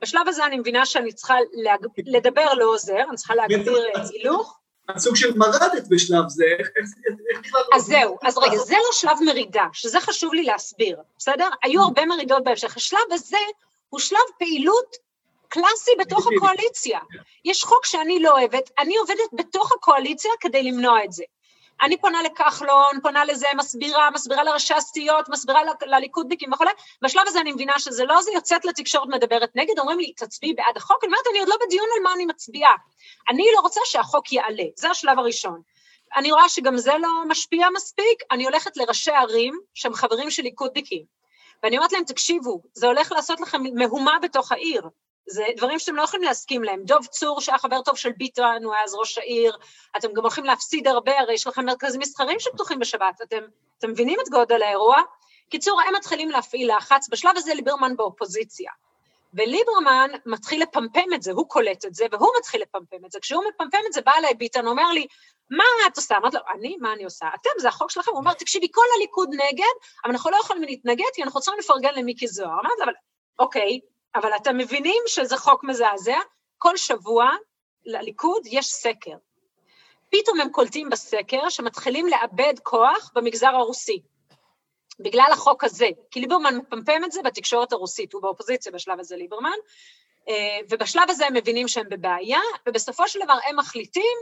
בשלב הזה אני מבינה שאני צריכה להג... לדבר לא עוזר, אני צריכה להגביר הילוך. הסוג של מרדת בשלב זה, איך בכלל... אז זהו, אז רגע, זה לא שלב מרידה, שזה חשוב לי להסביר, בסדר? היו הרבה מרידות בהמשך, השלב הזה הוא שלב פעילות קלאסי בתוך הקואליציה. יש חוק שאני לא אוהבת, אני עובדת בתוך הקואליציה כדי למנוע את זה. אני פונה לכחלון, פונה לזה, מסבירה, מסבירה לראשי הסיעות, מסבירה לליכודניקים וכו'. בשלב הזה אני מבינה שזה לא, זה יוצאת לתקשורת מדברת נגד, אומרים לי, תצביעי בעד החוק, אני אומרת, אני עוד לא בדיון על מה אני מצביעה. אני לא רוצה שהחוק יעלה, זה השלב הראשון. אני רואה שגם זה לא משפיע מספיק, אני הולכת לראשי ערים, שהם חברים של ליכודניקים, ואני אומרת להם, תקשיבו, זה הולך לעשות לכם מהומה בתוך העיר, זה דברים שאתם לא יכולים להסכים להם. דוב צור, שהיה חבר טוב של ביטון, הוא היה אז ראש העיר, אתם גם הולכים להפסיד הרבה, הרי יש לכם מרכזים מסחרים שפתוחים בשבת, אתם, אתם מבינים את גודל האירוע? קיצור, הם מתחילים להפעיל לחץ, בשלב הזה ליברמן באופוזיציה, וליברמן מתחיל לפמפם את זה, הוא קולט את זה, והוא מתחיל לפמפם את זה, כשהוא מפמפם את זה, בא אליי ביטון, אומר לי, מה את עושה? אמרת לו, אני, מה אני עושה? אתם, זה החוק שלכם, הוא אומר, תקשיבי, כל הליכוד נגד, אבל אנחנו לא יכולים להתנגד, כי אנחנו צריכים לפרגן למיקי זוהר. אמרת לו, אבל, אוקיי, אבל אתם מבינים שזה חוק מזעזע? כל שבוע לליכוד יש סקר. פתאום הם קולטים בסקר שמתחילים לאבד כוח במגזר הרוסי, בגלל החוק הזה, כי ליברמן מפמפם את זה בתקשורת הרוסית, הוא באופוזיציה בשלב הזה ליברמן, ובשלב הזה הם מבינים שהם בבעיה, ובסופו של דבר הם מחליטים,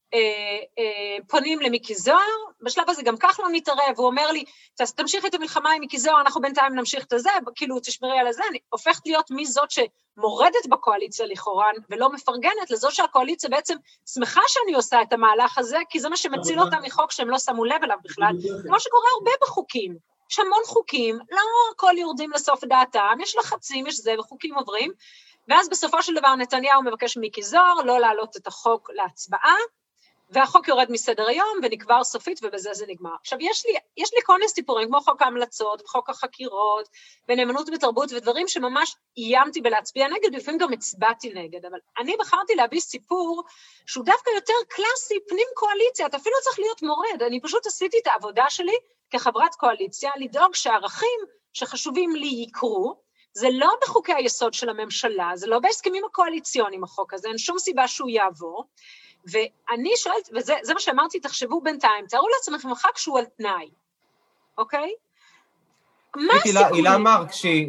פונים למיקי זוהר, בשלב הזה גם כך לא נתערב, הוא אומר לי, תמשיך את המלחמה עם מיקי זוהר, אנחנו בינתיים נמשיך את זה, כאילו תשמרי על זה, אני הופכת להיות מזאת שמורדת בקואליציה לכאורה, ולא מפרגנת לזאת שהקואליציה בעצם שמחה שאני עושה את המהלך הזה, כי זה מה שמציל אותם מחוק שהם לא שמו לב אליו בכלל, כמו שקורה הרבה בחוקים, יש המון חוקים, לא הכל יורדים לסוף דעתם, יש לחצים, יש זה, וחוקים עוברים, ואז בסופו של דבר נתניהו מבקש מיקי זוהר לא להעלות את החוק להצבעה, והחוק יורד מסדר היום, ונקבר סופית, ובזה זה נגמר. עכשיו, יש לי, יש לי כל מיני סיפורים, כמו חוק ההמלצות, וחוק החקירות, ונאמנות בתרבות, ודברים שממש איימתי בלהצביע נגד, ולפעמים גם הצבעתי נגד, אבל אני בחרתי להביא סיפור, שהוא דווקא יותר קלאסי, פנים קואליציה, אתה אפילו צריך להיות מורד, אני פשוט עשיתי את העבודה שלי, כחברת קואליציה, לדאוג שהערכים שחשובים לי יקרו, זה לא בחוקי היסוד של הממשלה, זה לא בהסכמים הקואליציוניים החוק הזה, אין שום סיבה שהוא יעבור, ואני שואלת, וזה זה מה שאמרתי, תחשבו בינתיים, תארו לעצמכם החוק שהוא על תנאי, אוקיי? מה הסיכוי? הילה מרק,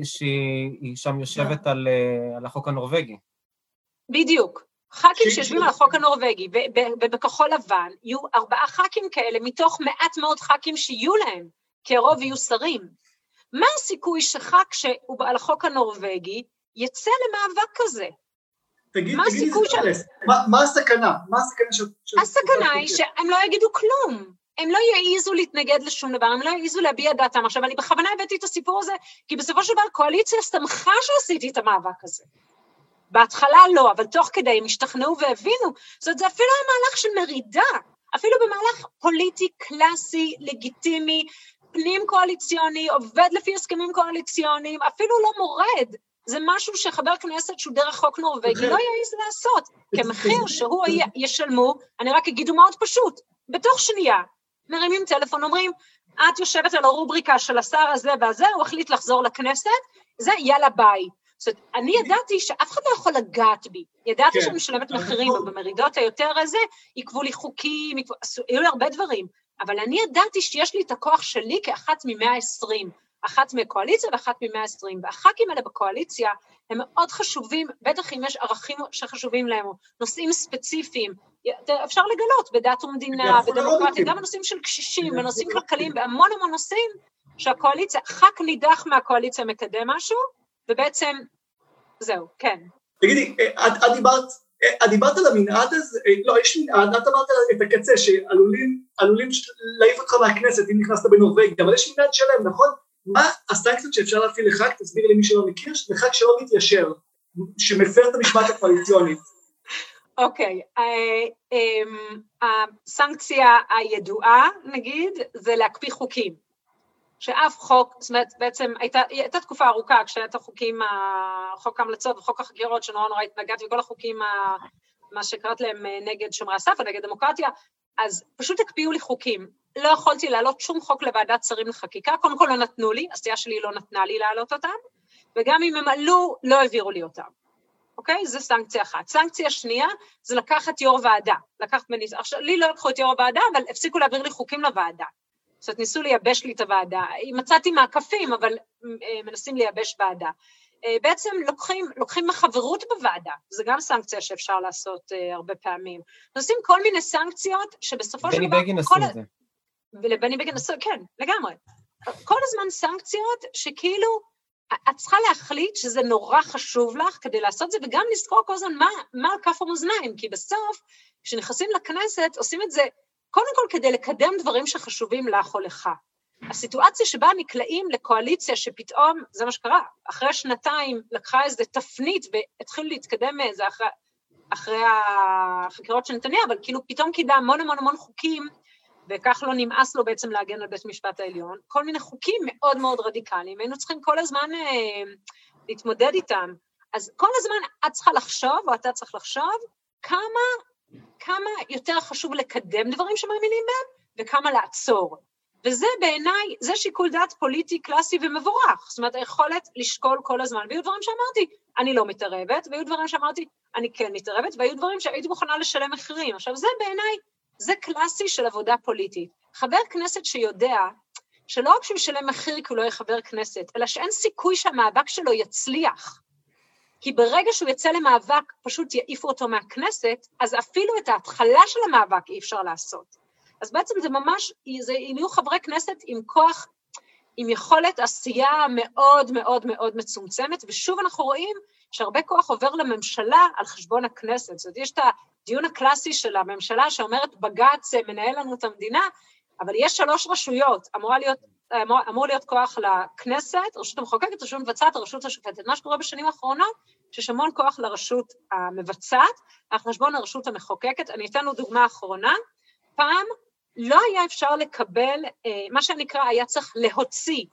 שהיא שם יושבת על, על החוק הנורווגי. בדיוק, ח"כים שיושבים על החוק הנורווגי, ובכחול לבן, יהיו ארבעה ח"כים כאלה, מתוך מעט מאוד ח"כים שיהיו להם, כי הרוב יהיו שרים. מה הסיכוי שח"כ שהוא על החוק הנורווגי, יצא למאבק כזה? תגיד, מה הסיכוי של... מה, מה הסכנה? מה הסכנה של... הסכנה היא שהם לא יגידו כלום. הם לא יעיזו להתנגד לשום דבר, הם לא יעיזו להביע דעתם. עכשיו, אני בכוונה הבאתי את הסיפור הזה, כי בסופו של דבר קואליציה שמחה שעשיתי את המאבק הזה. בהתחלה לא, אבל תוך כדי הם השתכנעו והבינו. זאת אומרת, זה אפילו המהלך של מרידה, אפילו במהלך פוליטי, קלאסי, לגיטימי, פנים קואליציוני, עובד לפי הסכמים קואליציוניים, אפילו לא מורד. זה משהו שחבר כנסת שהוא דרך חוק נורווגי לא יעיז לעשות, כמחיר שהוא ישלמו, אני רק אגידו מאוד פשוט, בתוך שנייה, מרימים טלפון, אומרים, את יושבת על הרובריקה של השר הזה והזה, הוא החליט לחזור לכנסת, זה יאללה ביי. זאת אומרת, אני ידעתי שאף אחד לא יכול לגעת בי, ידעתי שאני משלמת מחירים, ובמרידות היותר הזה, יקבו לי חוקים, היו לי הרבה דברים, אבל אני ידעתי שיש לי את הכוח שלי כאחת מ-מאה ועשרים, אחת מהקואליציה ואחת מ-מאה ועשרים, והח"כים האלה בקואליציה הם מאוד חשובים, בטח אם יש ערכים שחשובים להם, נושאים ספציפיים, אפשר לגלות בדת ומדינה, בדמוקרטיה, גם בנושאים של קשישים, בנושאים כלכליים, בהמון המון נושאים, שהקואליציה, ח"כ נידח מהקואליציה מקדם משהו, ובעצם זהו, כן. תגידי, את דיברת, את דיברת על המנעד הזה, לא, יש מנעד, את אמרת את הקצה, שעלולים להעיף אותך מהכנסת אם נכנסת בנורווגיה, אבל יש מנעד שלם, נכון? מה הסנקציות שאפשר להפעיל לח"כ, תסביר למי שלא מכיר, לח"כ שלא מתיישר, שמפר את המשמעת הקואליציונית. אוקיי, הסנקציה הידועה, נגיד, זה להקפיא חוקים. שאף חוק, זאת אומרת, בעצם הייתה, הייתה תקופה ארוכה, כשהייתה חוקים, חוק ההמלצות וחוק החקירות, שנורא נורא התנגדתי, וכל החוקים, מה שקראת להם נגד שומרי הסף, נגד דמוקרטיה, אז פשוט הקפיאו לי חוקים. לא יכולתי להעלות שום חוק לוועדת שרים לחקיקה, קודם כל לא נתנו לי, הסיעה שלי לא נתנה לי להעלות אותם, וגם אם הם עלו, לא העבירו לי אותם. אוקיי? זה סנקציה אחת. סנקציה שנייה, זה לקחת יו"ר ועדה. לקחת מניס... עכשיו, לי לא לקחו את יו"ר הוועדה, אבל הפסיקו להעביר לי חוקים לוועדה. זאת אומרת, ניסו לייבש לי את הוועדה. מצאתי מעקפים, אבל מנסים לייבש ועדה. בעצם לוקחים, לוקחים מחברות בוועדה. זה גם סנקציה שאפשר לעשות הרבה פעמים. עושים כל מיני סנקציות שבסופו של דבר... בני בגין עשו את זה. ולבני בגין עשו, כן, לגמרי. כל הזמן סנקציות שכאילו... את צריכה להחליט שזה נורא חשוב לך כדי לעשות זה, וגם לזכור כל הזמן מה, מה על כף המאזניים, כי בסוף, כשנכנסים לכנסת, עושים את זה קודם כל כדי לקדם דברים שחשובים לך או לך. הסיטואציה שבה נקלעים לקואליציה שפתאום, זה מה שקרה, אחרי שנתיים לקחה איזו תפנית, והתחילו להתקדם איזה אחרי, אחרי החקירות של נתניה, אבל כאילו פתאום קידה המון המון המון חוקים, וכך לא נמאס לו בעצם להגן על בית משפט העליון, כל מיני חוקים מאוד מאוד רדיקליים, היינו צריכים כל הזמן אה, להתמודד איתם, אז כל הזמן את צריכה לחשוב, או אתה צריך לחשוב, כמה, כמה יותר חשוב לקדם דברים שמאמינים בהם, וכמה לעצור. וזה בעיניי, זה שיקול דעת פוליטי קלאסי ומבורך, זאת אומרת, היכולת לשקול כל הזמן, והיו דברים שאמרתי, אני לא מתערבת, והיו דברים שאמרתי, אני כן מתערבת, והיו דברים שהייתי מוכנה לשלם מחירים. עכשיו, זה בעיניי, זה קלאסי של עבודה פוליטית. חבר כנסת שיודע שלא רק שהוא ישלם מחיר כי הוא לא יהיה חבר כנסת, אלא שאין סיכוי שהמאבק שלו יצליח. כי ברגע שהוא יצא למאבק, פשוט יעיפו אותו מהכנסת, אז אפילו את ההתחלה של המאבק אי אפשר לעשות. אז בעצם זה ממש, זה יהיו חברי כנסת עם כוח, עם יכולת עשייה מאוד מאוד מאוד מצומצמת, ושוב אנחנו רואים שהרבה כוח עובר לממשלה על חשבון הכנסת. זאת אומרת, יש את הדיון הקלאסי של הממשלה שאומרת בג"ץ מנהל לנו את המדינה, אבל יש שלוש רשויות, אמורה להיות, אמור, אמור להיות כוח לכנסת, רשות המחוקקת, רשות המבצעת, הרשות השופטת. מה שקורה בשנים האחרונות, שיש המון כוח לרשות המבצעת, על חשבון הרשות המחוקקת. אני אתן לו דוגמה אחרונה, פעם לא היה אפשר לקבל, מה שנקרא היה צריך להוציא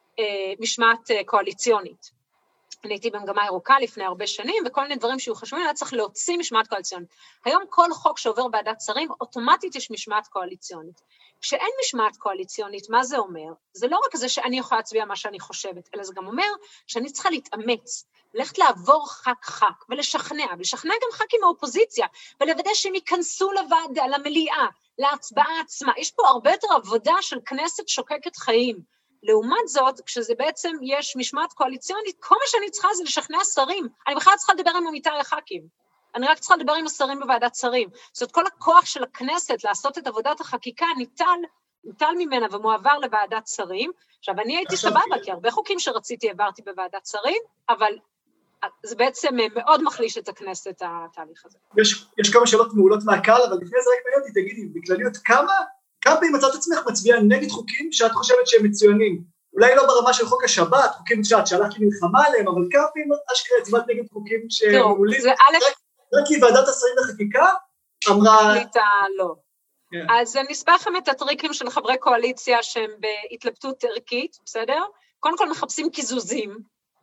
משמעת קואליציונית. אני הייתי במגמה ירוקה לפני הרבה שנים, וכל מיני דברים שהיו חשובים, היה צריך להוציא משמעת קואליציונית. היום כל חוק שעובר ועדת שרים, אוטומטית יש משמעת קואליציונית. כשאין משמעת קואליציונית, מה זה אומר? זה לא רק זה שאני יכולה להצביע מה שאני חושבת, אלא זה גם אומר שאני צריכה להתאמץ, ללכת לעבור חק חק, ולשכנע, ולשכנע גם חקים מהאופוזיציה, ולוודא שהם ייכנסו לוועדה, למליאה, להצבעה עצמה. יש פה הרבה יותר עבודה של כנסת שוקקת חיים. לעומת זאת, כשזה בעצם יש משמעת קואליציונית, כל מה שאני צריכה זה לשכנע שרים. אני בכלל צריכה לדבר עם עמיתי הח"כים. אני רק צריכה לדבר עם השרים בוועדת שרים. זאת אומרת, כל הכוח של הכנסת לעשות את עבודת החקיקה ניתן, ניתן ממנה ומועבר לוועדת שרים. עכשיו, אני הייתי סבבה, כי הרבה חוקים שרציתי העברתי בוועדת שרים, אבל זה בעצם מאוד מחליש את הכנסת, התהליך הזה. יש, יש כמה שאלות מעולות מהקהל, אבל לפני זה רק מעניין אותי, תגידי, בכלליות, כמה, כמה פעמים מצאת עצמך מצביעה נגד חוקים שאת חושבת שהם מצוינים? אולי לא ברמה של חוק השבת, חוקים שאת שהלכת למלחמה עליהם, אבל כמה פעמים אשכרה הצבעת נגד חוקים שמעולים? רק כי ועדת השרים לחקיקה אמרה... החליטה לא. אז אני אספר לכם את הטריקים של חברי קואליציה שהם בהתלבטות ערכית, בסדר? קודם כל מחפשים קיזוזים.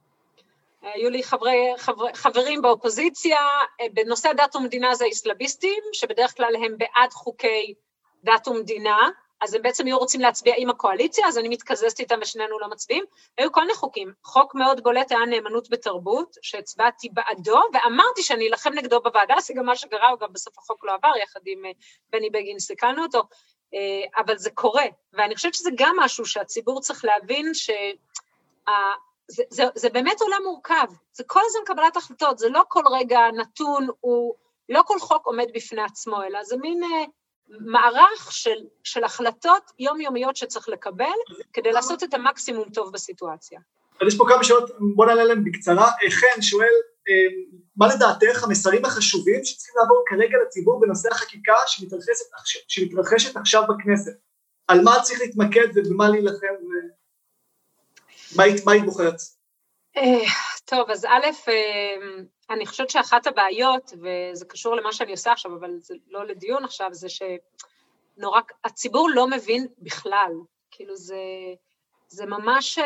היו לי חברי, חברי, חברים באופוזיציה, בנושא דת ומדינה זה האסלאמיסטים, שבדרך כלל הם בעד חוקי דת ומדינה, אז הם בעצם היו רוצים להצביע עם הקואליציה, אז אני מתקזזת איתם ושנינו לא מצביעים. היו כל מיני חוקים. חוק מאוד בולט היה נאמנות בתרבות, שהצבעתי בעדו, ואמרתי שאני אלחם נגדו בוועדה, זה גם מה שקרה, הוא גם בסוף החוק לא עבר, יחד עם בני בגין סיכלנו אותו, אבל זה קורה, ואני חושבת שזה גם משהו שהציבור צריך להבין ש... זה, זה, זה באמת עולם מורכב, זה כל הזמן קבלת החלטות, זה לא כל רגע נתון, הוא, לא כל חוק עומד בפני עצמו, אלא זה מין אה, מערך של, של החלטות יומיומיות שצריך לקבל, כדי לעשות את המקסימום טוב בסיטואציה. אז יש פה כמה שאלות, בוא נעלה להם בקצרה. חן שואל, אה, מה לדעתך המסרים החשובים שצריכים לעבור כרגע לציבור בנושא החקיקה שמתרחשת, שמתרחשת עכשיו בכנסת? על מה צריך להתמקד ובמה להילחם ו... מה היית בוחרת? טוב, אז א', אני חושבת שאחת הבעיות, וזה קשור למה שאני עושה עכשיו, אבל זה לא לדיון עכשיו, זה שנורא, הציבור לא מבין בכלל, כאילו זה, זה ממש,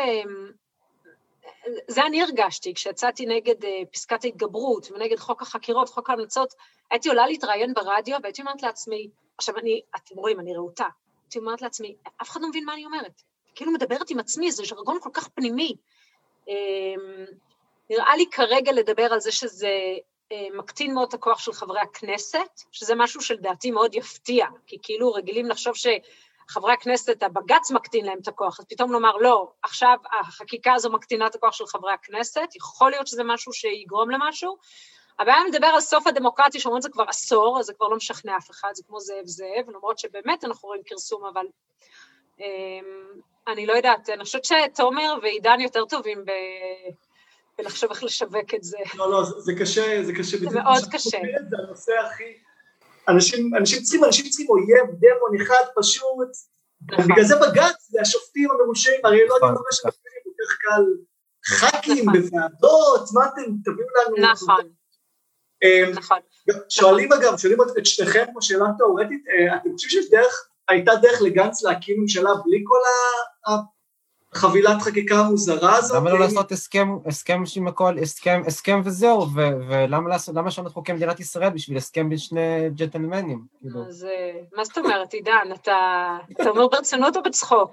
זה אני הרגשתי, כשיצאתי נגד פסקת ההתגברות, ונגד חוק החקירות, חוק ההמלצות, הייתי עולה להתראיין ברדיו, והייתי אומרת לעצמי, עכשיו אני, אתם רואים, אני ראותה, הייתי אומרת לעצמי, אף אחד לא מבין מה אני אומרת. כאילו מדברת עם עצמי, זה ז'רגון כל כך פנימי. נראה לי כרגע לדבר על זה שזה מקטין מאוד את הכוח של חברי הכנסת, שזה משהו שלדעתי מאוד יפתיע, כי כאילו רגילים לחשוב שחברי הכנסת, הבג"ץ מקטין להם את הכוח, אז פתאום נאמר, לא, עכשיו החקיקה הזו מקטינה את הכוח של חברי הכנסת, יכול להיות שזה משהו שיגרום למשהו, אבל אני מדבר על סוף הדמוקרטיה, שאומרים זה כבר עשור, אז זה כבר לא משכנע אף אחד, זה כמו זאב זאב, למרות שבאמת אנחנו רואים קרסום, אבל אני לא יודעת, אני חושבת שתומר ועידן יותר טובים ב... ולחשוב איך לשווק את זה. לא, לא, זה קשה, זה קשה. זה מאוד קשה. זה הנושא הכי... אנשים, אנשים צריכים, אנשים צריכים אויב, דמון אחד פשוט, בגלל זה בג"ץ, זה השופטים המרושעים, הרי לא יודעים מה שופטים, יותר קל, ח"כים בוועדות, מה אתם, תביאו לנו... נכון. נכון. שואלים אגב, שואלים את שתיכם כמו שאלה תיאורטית, אתם חושבים שיש דרך, הייתה דרך לגנץ להקים ממשלה בלי כל החבילת חקיקה המוזרה הזאת? למה לא לעשות הסכם, הסכם עם הכל, הסכם, הסכם וזהו, ולמה לעשות, למה לשנות חוקי מדינת ישראל בשביל הסכם בין שני ג'נטלמנים? אז מה זאת אומרת, עידן, אתה אומר ברצינות או בצחוק?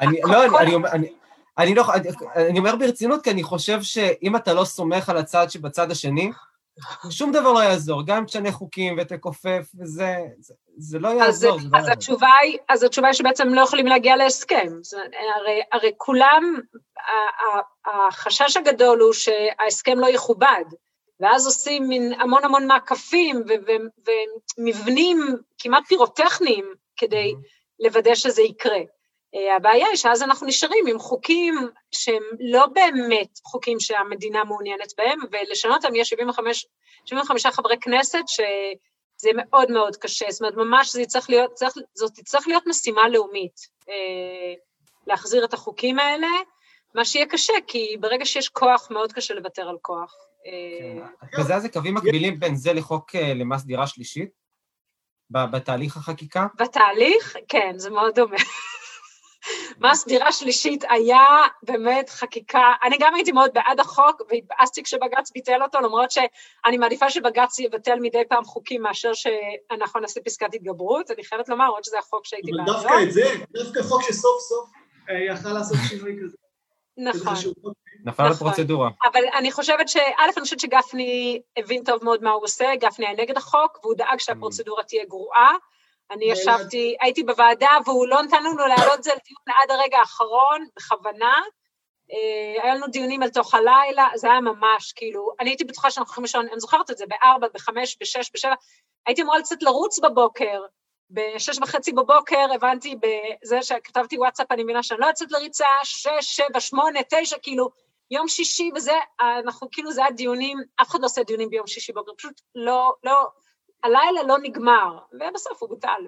אני לא, אני אומר ברצינות, כי אני חושב שאם אתה לא סומך על הצד שבצד השני, שום דבר לא יעזור, גם כשאני חוקים ותכופף, וזה, זה, זה לא יעזור. אז, אז, התשובה היא, אז התשובה היא שבעצם לא יכולים להגיע להסכם. הרי, הרי כולם, החשש הגדול הוא שההסכם לא יכובד, ואז עושים מין המון המון מעקפים ומבנים כמעט פירוטכניים כדי לוודא שזה יקרה. הבעיה היא שאז אנחנו נשארים עם חוקים שהם לא באמת חוקים שהמדינה מעוניינת בהם, ולשנות אותם יש שבעים וחמישה חברי כנסת שזה מאוד מאוד קשה, זאת אומרת ממש זה צריך להיות, צריך, זאת צריך להיות משימה לאומית, להחזיר את החוקים האלה, מה שיהיה קשה, כי ברגע שיש כוח מאוד קשה לוותר על כוח. וזה זה קווים מקבילים בין זה לחוק למס דירה שלישית, בתהליך החקיקה? בתהליך? כן, זה מאוד דומה. מס דירה שלישית היה באמת חקיקה, אני גם הייתי מאוד בעד החוק, והתבאסתי כשבג"ץ ביטל אותו, למרות שאני מעדיפה שבג"ץ יבטל מדי פעם חוקים, מאשר שאנחנו נעשה פסקת התגברות, אני חייבת לומר, עוד שזה החוק שהייתי בעדו. אבל דווקא את זה, דווקא חוק שסוף סוף יכל לעשות שינוי כזה. נכון. נפל לפרוצדורה. אבל אני חושבת ש... א', אני חושבת שגפני הבין טוב מאוד מה הוא עושה, גפני היה נגד החוק, והוא דאג שהפרוצדורה תהיה גרועה, אני ישבתי, הייתי בוועדה, והוא לא נתן לנו להעלות את זה לדיון עד הרגע האחרון, בכוונה, היה לנו דיונים אל תוך הלילה, זה היה ממש, כאילו, אני הייתי בטוחה שאנחנו יכולים לשאול, אני זוכרת את זה, בארבע, בחמש, בשש, בשבע, הייתי אמורה לצאת לרוץ בבוקר, בשש וחצי בבוקר, הבנתי בזה שכתבתי וואטסאפ, אני מבינה שאני לא יצאת לריצה, שש, שבע, שמונה, תשע, כאילו, יום שישי, וזה, אנחנו, כאילו, זה היה דיונים, אף אחד לא עושה דיונים ביום שישי בבוקר, פשוט לא, לא, הלילה לא נגמר, ובסוף הוא בוטל.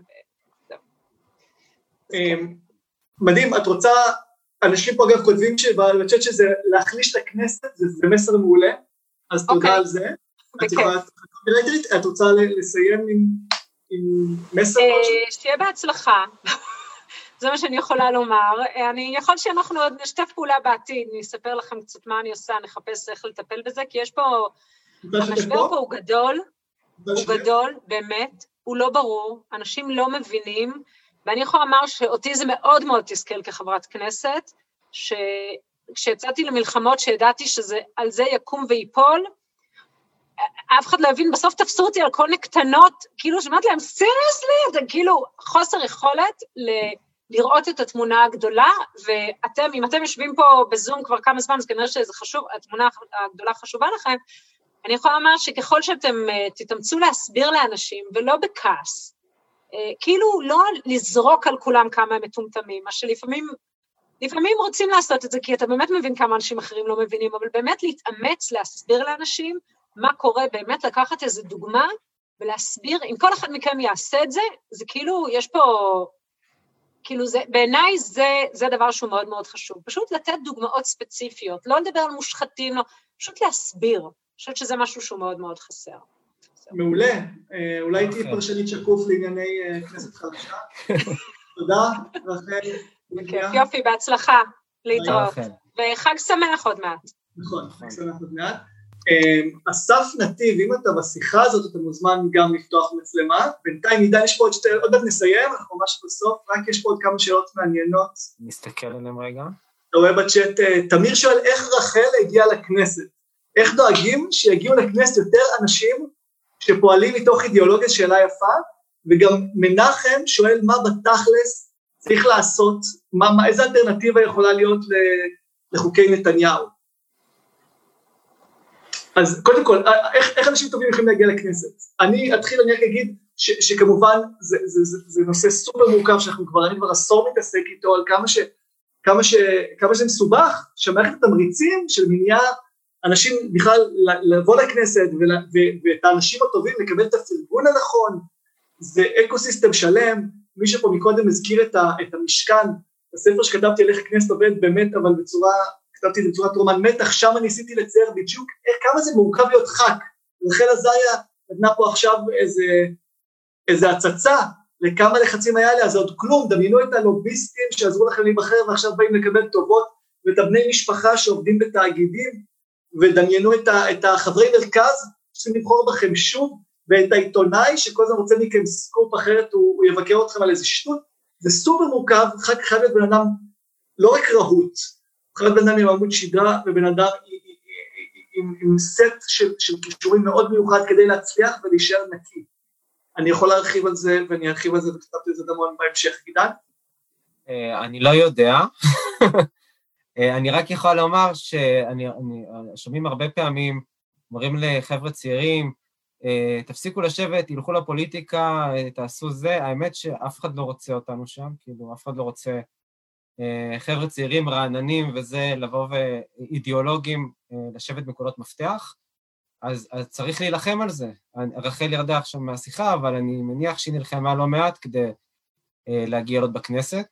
מדהים, את רוצה, אנשים פה אגב כותבים שבצ'אט שזה להחליש את הכנסת, זה מסר מעולה, אז תודה על זה. את רוצה לסיים עם מסר? שיהיה בהצלחה, זה מה שאני יכולה לומר. אני יכול שאנחנו עוד נשתף פעולה בעתיד, אני אספר לכם קצת מה אני עושה, נחפש איך לטפל בזה, כי יש פה, המשבר פה הוא גדול, הוא גדול, באמת, הוא לא ברור, אנשים לא מבינים, ואני יכולה לומר שאותי זה מאוד מאוד תסכל כחברת כנסת, שכשיצאתי למלחמות שידעתי שעל זה יקום ויפול, אף אחד לא הבין, בסוף תפסו אותי על כל נקטנות, כאילו שמעת להם, seriously, זה כאילו חוסר יכולת ל- לראות את התמונה הגדולה, ואתם, אם אתם יושבים פה בזום כבר כמה זמן, אז כנראה שזה חשוב, התמונה הגדולה חשובה לכם, אני יכולה לומר שככל שאתם תתאמצו להסביר לאנשים, ולא בכעס, כאילו לא לזרוק על כולם כמה הם מטומטמים, מה שלפעמים, לפעמים רוצים לעשות את זה, כי אתה באמת מבין כמה אנשים אחרים לא מבינים, אבל באמת להתאמץ להסביר לאנשים מה קורה, באמת לקחת איזו דוגמה, ולהסביר, אם כל אחד מכם יעשה את זה, זה כאילו, יש פה, כאילו זה, בעיניי זה, זה דבר שהוא מאוד מאוד חשוב, פשוט לתת דוגמאות ספציפיות, לא לדבר על מושחתים, לא, פשוט להסביר, אני חושבת שזה משהו שהוא מאוד מאוד חסר. מעולה, אולי תהיי פרשנית שקוף לענייני כנסת חדשה. תודה, רחל. יופי, בהצלחה, להתראות. וחג שמח עוד מעט. נכון, חג שמח עוד מעט. אסף נתיב, אם אתה בשיחה הזאת, אתה מוזמן גם לפתוח מצלמה. בינתיים עידן, יש פה עוד שתי, עוד מעט נסיים, אנחנו ממש בסוף, רק יש פה עוד כמה שאלות מעניינות. נסתכל עליהם רגע. אתה רואה בצ'אט, תמיר שואל, איך רחל הגיעה לכנסת? איך דואגים שיגיעו לכנסת יותר אנשים שפועלים מתוך אידיאולוגיה שאלה יפה, וגם מנחם שואל מה בתכלס צריך לעשות, מה, מה, איזה אלטרנטיבה יכולה להיות לחוקי נתניהו. אז קודם כל, איך, איך אנשים טובים יכולים להגיע לכנסת? אני אתחיל, אני רק אגיד ש, שכמובן זה, זה, זה, זה נושא סופר מורכב, שאנחנו כבר, אני כבר עשור מתעסק איתו, על כמה, ש, כמה, ש, כמה שזה מסובך, שמערכת התמריצים של מניעה, אנשים בכלל לבוא לכנסת, ו, ו, ואת האנשים הטובים לקבל את הפרגון הנכון, זה אקוסיסטם שלם, מי שפה מקודם הזכיר את, ה, את המשכן, הספר שכתבתי על איך הכנסת עובד באמת, אבל בצורה, כתבתי את זה בצורת רומן מתח, שם ניסיתי לצייר בדיוק, איך, כמה זה מורכב להיות חק, רחל עזריה נתנה פה עכשיו איזה, איזה הצצה, לכמה לחצים היה לי, אז עוד כלום, דמיינו את הלוביסטים שעזרו לכם להיבחר, ועכשיו באים לקבל טובות, ואת הבני משפחה שעובדים בתאגידים, ודמיינו את, ה, את החברי מרכז, שצריכים לבחור בכם שוב, ואת העיתונאי שכל הזמן רוצה מכם סקופ אחרת, הוא, הוא יבקר אתכם על איזה שטות, זה סופר מורכב, חייב חייב להיות בן אדם לא רק רהוט, חייב להיות בן אדם עם עמוד שדרה, ובן אדם עם, עם, עם סט של, של קישורים מאוד מיוחד, כדי להצליח ולהישאר נקי. אני יכול להרחיב על זה, ואני ארחיב על זה, וכתבתי את זה דמון בהמשך, עידן? אני לא יודע, אני רק יכול לומר שאני שומעים הרבה פעמים, אומרים לחבר'ה צעירים, תפסיקו לשבת, תלכו לפוליטיקה, תעשו זה, האמת שאף אחד לא רוצה אותנו שם, כאילו אף אחד לא רוצה חבר'ה צעירים, רעננים וזה, לבוא ואידיאולוגים, לשבת בקולות מפתח, אז, אז צריך להילחם על זה. רחל ירדה עכשיו מהשיחה, אבל אני מניח שהיא נלחמה לא מעט כדי להגיע עוד בכנסת,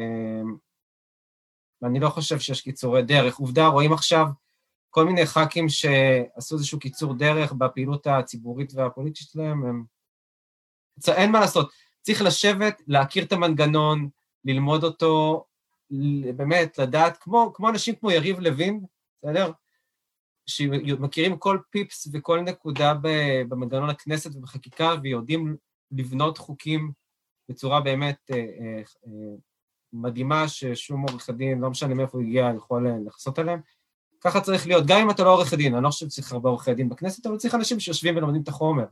ואני לא חושב שיש קיצורי דרך. עובדה, רואים עכשיו כל מיני ח"כים שעשו איזשהו קיצור דרך בפעילות הציבורית והפוליטית שלהם, הם... אין מה לעשות, צריך לשבת, להכיר את המנגנון, ללמוד אותו, באמת לדעת, כמו, כמו אנשים כמו יריב לוין, בסדר? שמכירים כל פיפס וכל נקודה במנגנון הכנסת ובחקיקה, ויודעים לבנות חוקים בצורה באמת אה, אה, אה, מדהימה, ששום עורך הדין, לא משנה מאיפה הוא הגיע, יכול לחסות עליהם. ככה צריך להיות, גם אם אתה לא עורך דין, אני לא חושב שצריך הרבה עורכי דין בכנסת, אבל צריך אנשים שיושבים ולומדים את החומר.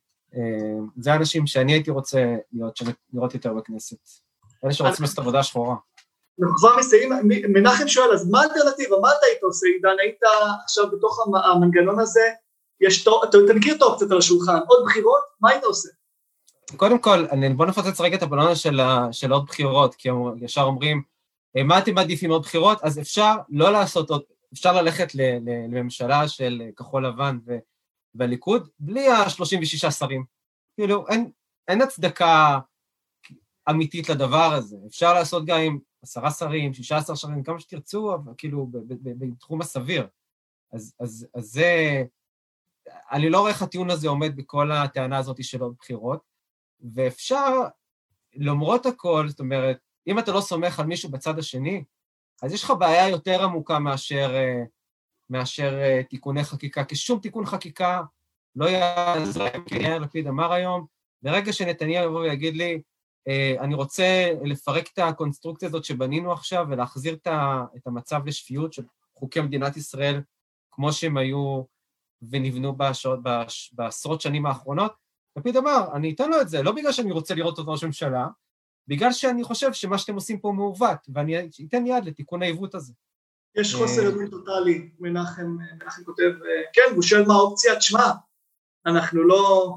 זה האנשים שאני הייתי רוצה להיות, לראות יותר בכנסת. אלה שרוצים לעשות עבודה שחורה. אנחנו כבר מסיים, מנחם שואל, אז מה האלטרנטיבה? מה אתה היית עושה, עידן? היית עכשיו בתוך המנגנון הזה, אתה מכיר את האופציות על השולחן, עוד בחירות, מה היית עושה? קודם כל, בוא נפוצץ רגע את הבלונה של עוד בחירות, כי ישר אומרים, מה אתם מעדיפים עוד בחירות? אז אפשר לא לעשות עוד, אפשר ללכת לממשלה של כחול לבן והליכוד, בלי ה-שלושים ושישה שרים. כאילו, אין, אין הצדקה אמיתית לדבר הזה. אפשר לעשות גם עם עשרה שרים, שישה עשר שרים, כמה שתרצו, אבל כאילו, בתחום הסביר. אז, אז, אז זה, אני לא רואה איך הטיעון הזה עומד בכל הטענה הזאת של עוד בחירות, ואפשר, למרות הכל, זאת אומרת, אם אתה לא סומך על מישהו בצד השני, אז יש לך בעיה יותר עמוקה מאשר, מאשר תיקוני חקיקה, כי שום תיקון חקיקה לא יעזור, כי יאיר לפיד אמר היום, ברגע שנתניהו יבוא ויגיד לי, אני רוצה לפרק את הקונסטרוקציה הזאת שבנינו עכשיו, ולהחזיר את המצב לשפיות של חוקי מדינת ישראל, כמו שהם היו ונבנו בשעות, בעשרות שנים האחרונות, לפיד אמר, אני אתן לו את זה, לא בגלל שאני רוצה לראות אותו ראש ממשלה, בגלל שאני חושב שמה שאתם עושים פה מעוות, ואני אתן יד לתיקון העיוות הזה. יש חוסר אמון טוטלי, מנחם, מנחם כותב, כן, הוא שואל מה האופציה, תשמע, אנחנו לא,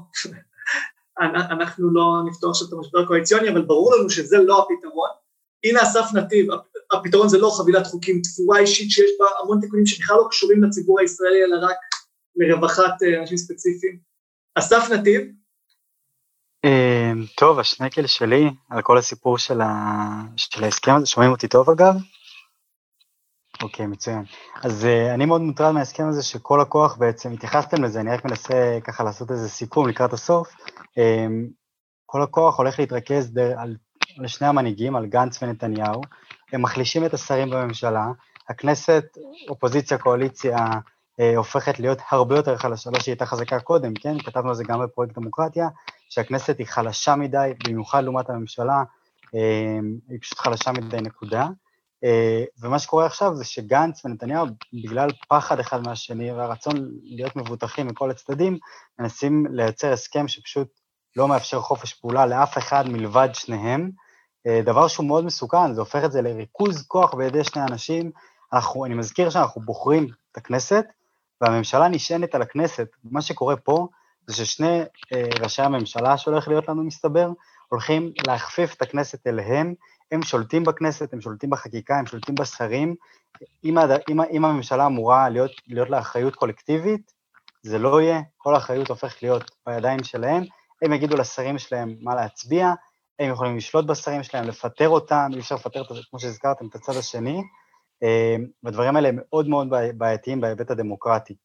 אנחנו לא נפתור עכשיו את המשבר הקואליציוני, אבל ברור לנו שזה לא הפתרון. הנה אסף נתיב, הפתרון זה לא חבילת חוקים, תפורה אישית שיש בה המון תיקונים שבכלל לא קשורים לציבור הישראלי, אלא רק לרווחת אנשים ספציפיים. אסף נתיב, טוב, השנקל שלי על כל הסיפור של ההסכם הזה, שומעים אותי טוב אגב? אוקיי, מצוין. אז אני מאוד מוטרד מההסכם הזה שכל הכוח בעצם, התייחסתם לזה, אני רק מנסה ככה לעשות איזה סיכום לקראת הסוף, כל הכוח הולך להתרכז על שני המנהיגים, על גנץ ונתניהו, הם מחלישים את השרים בממשלה, הכנסת, אופוזיציה, קואליציה, הופכת להיות הרבה יותר חלשה, לא שהיא הייתה חזקה קודם, כן? כתבנו על זה גם בפרויקט דמוקרטיה, שהכנסת היא חלשה מדי, במיוחד לעומת הממשלה, היא פשוט חלשה מדי נקודה. ומה שקורה עכשיו זה שגנץ ונתניהו, בגלל פחד אחד מהשני והרצון להיות מבוטחים מכל הצדדים, מנסים לייצר הסכם שפשוט לא מאפשר חופש פעולה לאף אחד מלבד שניהם, דבר שהוא מאוד מסוכן, זה הופך את זה לריכוז כוח בידי שני אנשים. אנחנו, אני מזכיר שאנחנו בוחרים את הכנסת, והממשלה נשענת על הכנסת. מה שקורה פה זה ששני אה, ראשי הממשלה שהולך להיות לנו מסתבר, הולכים להכפיף את הכנסת אליהם, הם שולטים בכנסת, הם שולטים בחקיקה, הם שולטים בשרים. אם, אם, אם הממשלה אמורה להיות, להיות לאחריות קולקטיבית, זה לא יהיה, כל האחריות הופך להיות בידיים שלהם, הם יגידו לשרים שלהם מה להצביע, הם יכולים לשלוט בשרים שלהם, לפטר אותם, אי אפשר לפטר, כמו שהזכרתם, את הצד השני, והדברים האלה הם מאוד מאוד בעייתיים בהיבט הדמוקרטי.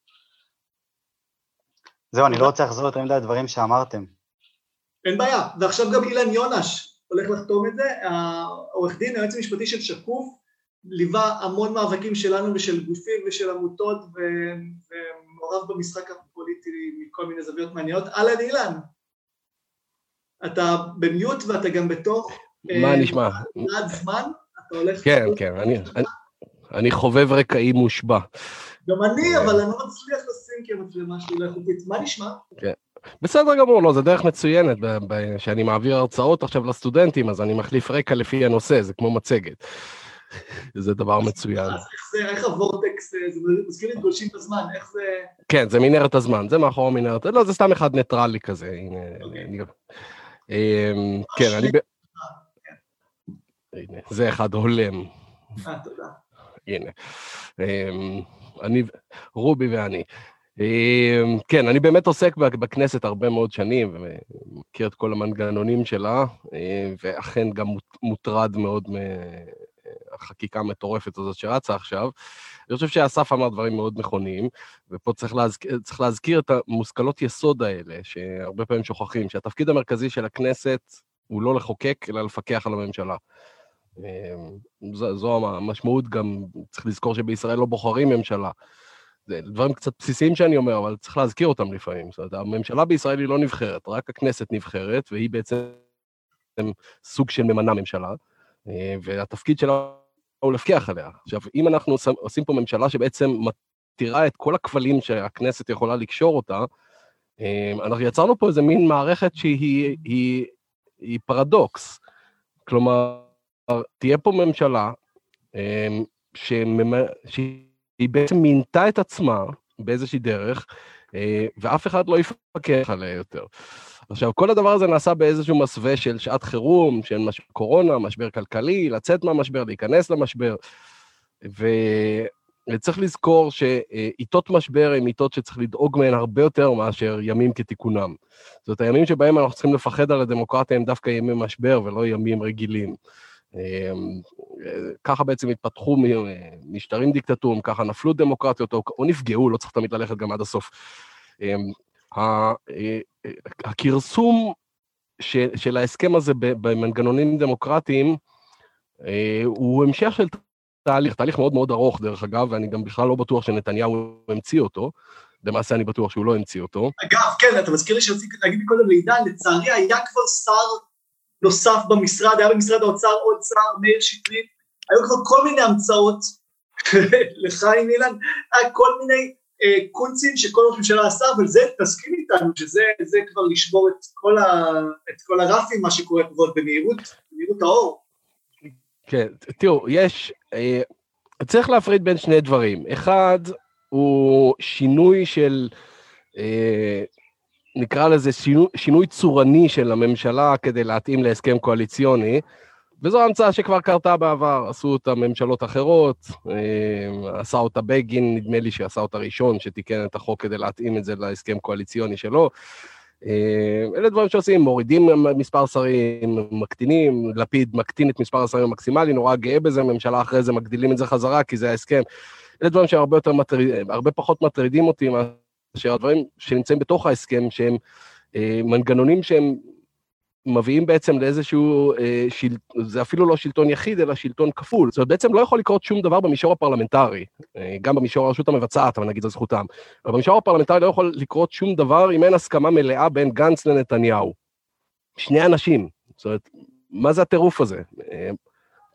זהו, אני לא רוצה לחזור יותר מדי הדברים שאמרתם. אין בעיה, ועכשיו גם אילן יונש הולך לחתום את זה, העורך דין, היועץ המשפטי של שקוף, ליווה המון מאבקים שלנו ושל גופים ושל עמותות, ומעורב במשחק הפוליטי מכל מיני זוויות מעניינות. אהלן אילן, אתה במיוט ואתה גם בתוך... מה נשמע? עד זמן, אתה הולך... כן, כן, אני... אני חובב רקעי מושבע. גם אני, אבל אני לא מצליח לשים כמצלמה שלי לאיכותית. מה נשמע? כן. בסדר גמור, לא, זה דרך מצוינת, שאני מעביר הרצאות עכשיו לסטודנטים, אז אני מחליף רקע לפי הנושא, זה כמו מצגת. זה דבר מצוין. אז איך זה, איך הוורטקס, זה מזכיר לי את גולשים בזמן, איך זה... כן, זה מנהרת הזמן, זה מאחור מנהרת, לא, זה סתם אחד ניטרלי כזה. כן, אני... זה אחד הולם. אה, תודה. הנה, אני, רובי ואני. כן, אני באמת עוסק בכנסת הרבה מאוד שנים, ומכיר את כל המנגנונים שלה, ואכן גם מוטרד מאוד מהחקיקה המטורפת הזאת שרצה עכשיו. אני חושב שאסף אמר דברים מאוד נכונים, ופה צריך להזכיר, צריך להזכיר את המושכלות יסוד האלה, שהרבה פעמים שוכחים, שהתפקיד המרכזי של הכנסת הוא לא לחוקק, אלא לפקח על הממשלה. זו המשמעות, גם צריך לזכור שבישראל לא בוחרים ממשלה. זה דברים קצת בסיסיים שאני אומר, אבל צריך להזכיר אותם לפעמים. זאת אומרת, הממשלה בישראל היא לא נבחרת, רק הכנסת נבחרת, והיא בעצם סוג של ממנה ממשלה, והתפקיד שלה הוא לפקח עליה. עכשיו, אם אנחנו עושים פה ממשלה שבעצם מתירה את כל הכבלים שהכנסת יכולה לקשור אותה, אנחנו יצרנו פה איזה מין מערכת שהיא היא, היא פרדוקס. כלומר, תהיה פה ממשלה שהיא בעצם מינתה את עצמה באיזושהי דרך, ואף אחד לא יפקח עליה יותר. עכשיו, כל הדבר הזה נעשה באיזשהו מסווה של שעת חירום, של משבר קורונה, משבר כלכלי, לצאת מהמשבר, להיכנס למשבר, וצריך לזכור שעיתות משבר הן עיתות שצריך לדאוג מהן הרבה יותר מאשר ימים כתיקונם. זאת הימים שבהם אנחנו צריכים לפחד על הדמוקרטיה הם דווקא ימי משבר ולא ימים רגילים. ככה בעצם התפתחו משטרים דיקטטוריים, ככה נפלו דמוקרטיות, או נפגעו, לא צריך תמיד ללכת גם עד הסוף. הכרסום של ההסכם הזה במנגנונים דמוקרטיים, הוא המשך של תהליך, תהליך מאוד מאוד ארוך דרך אגב, ואני גם בכלל לא בטוח שנתניהו המציא אותו, למעשה אני בטוח שהוא לא המציא אותו. אגב, כן, אתה מזכיר לי שרציתי להגיד קודם לעידן, לצערי היה כבר שר נוסף במשרד, היה במשרד האוצר עוד שר, מאיר שטרית, היו כבר כל מיני המצאות, לחיים אילן, היה כל מיני אה, קונצים שכל ראש ממשלה עשה, אבל זה תסכים איתנו, שזה זה כבר לשבור את כל, ה, את כל הרפים, מה שקורה כבר במהירות, במהירות האור. כן, תראו, יש, אה, צריך להפריד בין שני דברים, אחד הוא שינוי של, אה, נקרא לזה שינוי, שינוי צורני של הממשלה כדי להתאים להסכם קואליציוני, וזו המצאה שכבר קרתה בעבר, עשו אותה ממשלות אחרות, עשה אותה בגין, נדמה לי שעשה אותה ראשון, שתיקן את החוק כדי להתאים את זה להסכם קואליציוני שלו. אלה דברים שעושים, מורידים מספר שרים, מקטינים, לפיד מקטין את מספר השרים המקסימלי, נורא גאה בזה, ממשלה אחרי זה מגדילים את זה חזרה, כי זה ההסכם. אלה דברים שהרבה יותר מטריד, הרבה פחות מטרידים אותי, מאשר הדברים שנמצאים בתוך ההסכם, שהם מנגנונים שהם מביאים בעצם לאיזשהו, זה אפילו לא שלטון יחיד, אלא שלטון כפול. זאת אומרת, בעצם לא יכול לקרות שום דבר במישור הפרלמנטרי, גם במישור הרשות המבצעת, אבל נגיד זה זכותם. אבל במישור הפרלמנטרי לא יכול לקרות שום דבר אם אין הסכמה מלאה בין גנץ לנתניהו. שני אנשים. זאת אומרת, מה זה הטירוף הזה?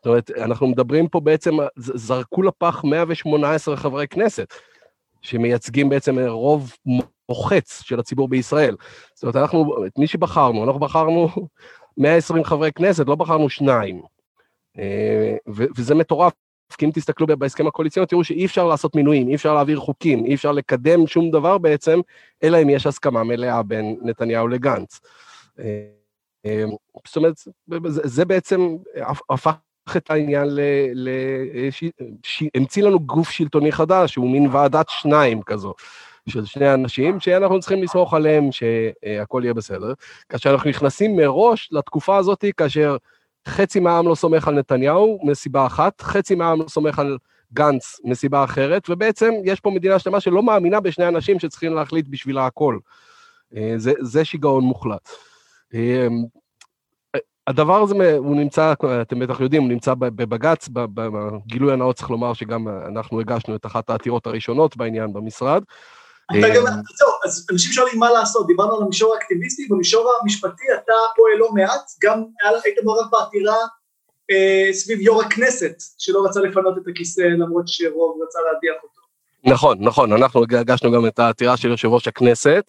זאת אומרת, אנחנו מדברים פה בעצם, זרקו לפח מאה ושמונה עשרה חברי כנסת, שמייצגים בעצם רוב מוחץ של הציבור בישראל. זאת אומרת, אנחנו, את מי שבחרנו, אנחנו בחרנו מאה ועשרים חברי כנסת, לא בחרנו שניים. וזה מטורף, כי אם תסתכלו בהסכם הקואליציוני, תראו שאי אפשר לעשות מינויים, אי אפשר להעביר חוקים, אי אפשר לקדם שום דבר בעצם, אלא אם יש הסכמה מלאה בין נתניהו לגנץ. זאת אומרת, זה בעצם הפך את העניין, המציא לנו גוף שלטוני חדש, הוא מין ועדת שניים כזו, של שני אנשים, שאנחנו צריכים לסמוך עליהם שהכל יהיה בסדר, כאשר אנחנו נכנסים מראש לתקופה הזאת, כאשר חצי מהעם לא סומך על נתניהו מסיבה אחת, חצי מהעם לא סומך על גנץ מסיבה אחרת, ובעצם יש פה מדינה שלמה שלא מאמינה בשני אנשים שצריכים להחליט בשבילה הכל. זה, זה שיגעון מוחלט. הדבר הזה, הוא נמצא, אתם בטח יודעים, הוא נמצא בבג"ץ, בגילוי הנאות צריך לומר שגם אנחנו הגשנו את אחת העתירות הראשונות בעניין במשרד. אז אנשים שואלים מה לעשות, דיברנו על המישור האקטיביסטי, במישור המשפטי אתה פועל לא מעט, גם היית מעורב בעתירה סביב יו"ר הכנסת, שלא רצה לפנות את הכיסא למרות שרוב רצה להדיח אותו. נכון, נכון, אנחנו הגשנו גם את העתירה של יושב ראש הכנסת,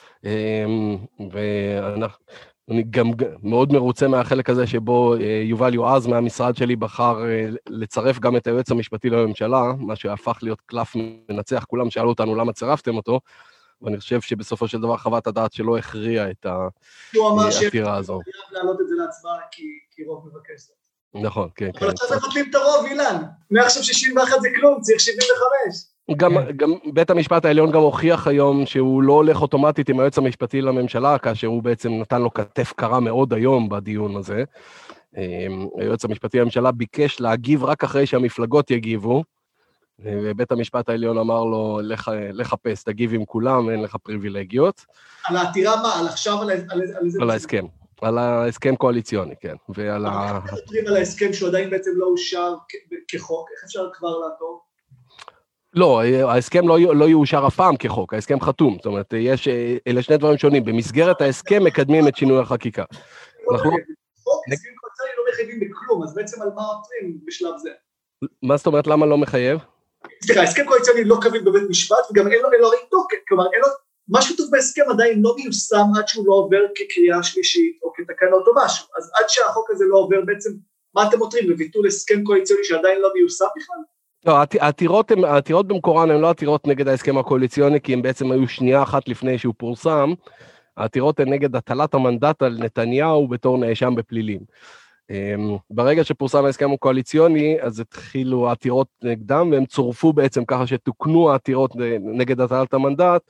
ואנחנו... אני גם מאוד מרוצה מהחלק הזה שבו יובל יועז מהמשרד שלי בחר לצרף גם את היועץ המשפטי לממשלה, מה שהפך להיות קלף מנצח, כולם שאלו אותנו למה צירפתם אותו, ואני חושב שבסופו של דבר חוות הדעת שלא הכריע את העתירה הזו. הוא אמר שחייב להעלות את זה להצבעה כי רוב מבקש זאת. נכון, כן. אבל עכשיו מבטלים את הרוב, אילן. מעכשיו שישים ואחת זה כלום, צריך שבעים וחמש. גם, גם בית המשפט העליון גם הוכיח היום שהוא לא הולך אוטומטית עם היועץ המשפטי לממשלה, כאשר הוא בעצם נתן לו כתף קרה מאוד היום בדיון הזה. היועץ המשפטי לממשלה ביקש להגיב רק אחרי שהמפלגות יגיבו, ובית המשפט העליון אמר לו, לחפש, תגיב עם כולם, אין לך פריבילגיות. על העתירה מה? על עכשיו? על, על, על, על ההסכם. על ההסכם קואליציוני, כן. ועל ה... איך מדברים על ההסכם שהוא עדיין בעצם לא אושר כחוק? איך אפשר כבר לעתור? לא, ההסכם לא, לא יאושר אף פעם כחוק, ההסכם חתום, זאת אומרת, יש, אלה שני דברים שונים, במסגרת ההסכם מקדמים את שינוי החקיקה. אנחנו... חוק, הסכם קואליציוני לא מחייבים בכלום, אז בעצם על מה עותרים בשלב זה? מה זאת אומרת, למה לא מחייב? סליחה, הסכם קואליציוני לא קביל בבית משפט, וגם אין לו אלוהים תוקף, כלומר, אין לו, מה שכתוב בהסכם עדיין לא מיושם עד שהוא לא עובר כקריאה שלישית, או כתקנות או משהו, אז עד שהחוק הזה לא עובר בעצם, מה אתם עותרים? בביטול הסכם קואליציוני שעדיין לא מיושם בכלל? לא, העתירות, העתירות במקורן הן לא עתירות נגד ההסכם הקואליציוני, כי הן בעצם היו שנייה אחת לפני שהוא פורסם, העתירות הן נגד הטלת המנדט על נתניהו בתור נאשם בפלילים. ברגע שפורסם ההסכם הקואליציוני, אז התחילו העתירות נגדם, והם צורפו בעצם ככה שתוקנו העתירות נגד הטלת המנדט,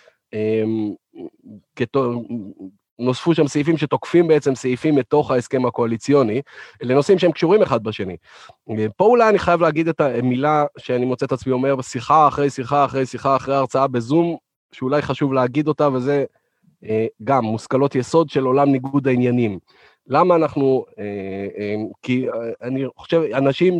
נוספו שם סעיפים שתוקפים בעצם סעיפים מתוך ההסכם הקואליציוני, לנושאים שהם קשורים אחד בשני. פה אולי אני חייב להגיד את המילה שאני מוצא את עצמי אומר, שיחה אחרי שיחה אחרי שיחה אחרי הרצאה בזום, שאולי חשוב להגיד אותה, וזה גם מושכלות יסוד של עולם ניגוד העניינים. למה אנחנו, כי אני חושב, אנשים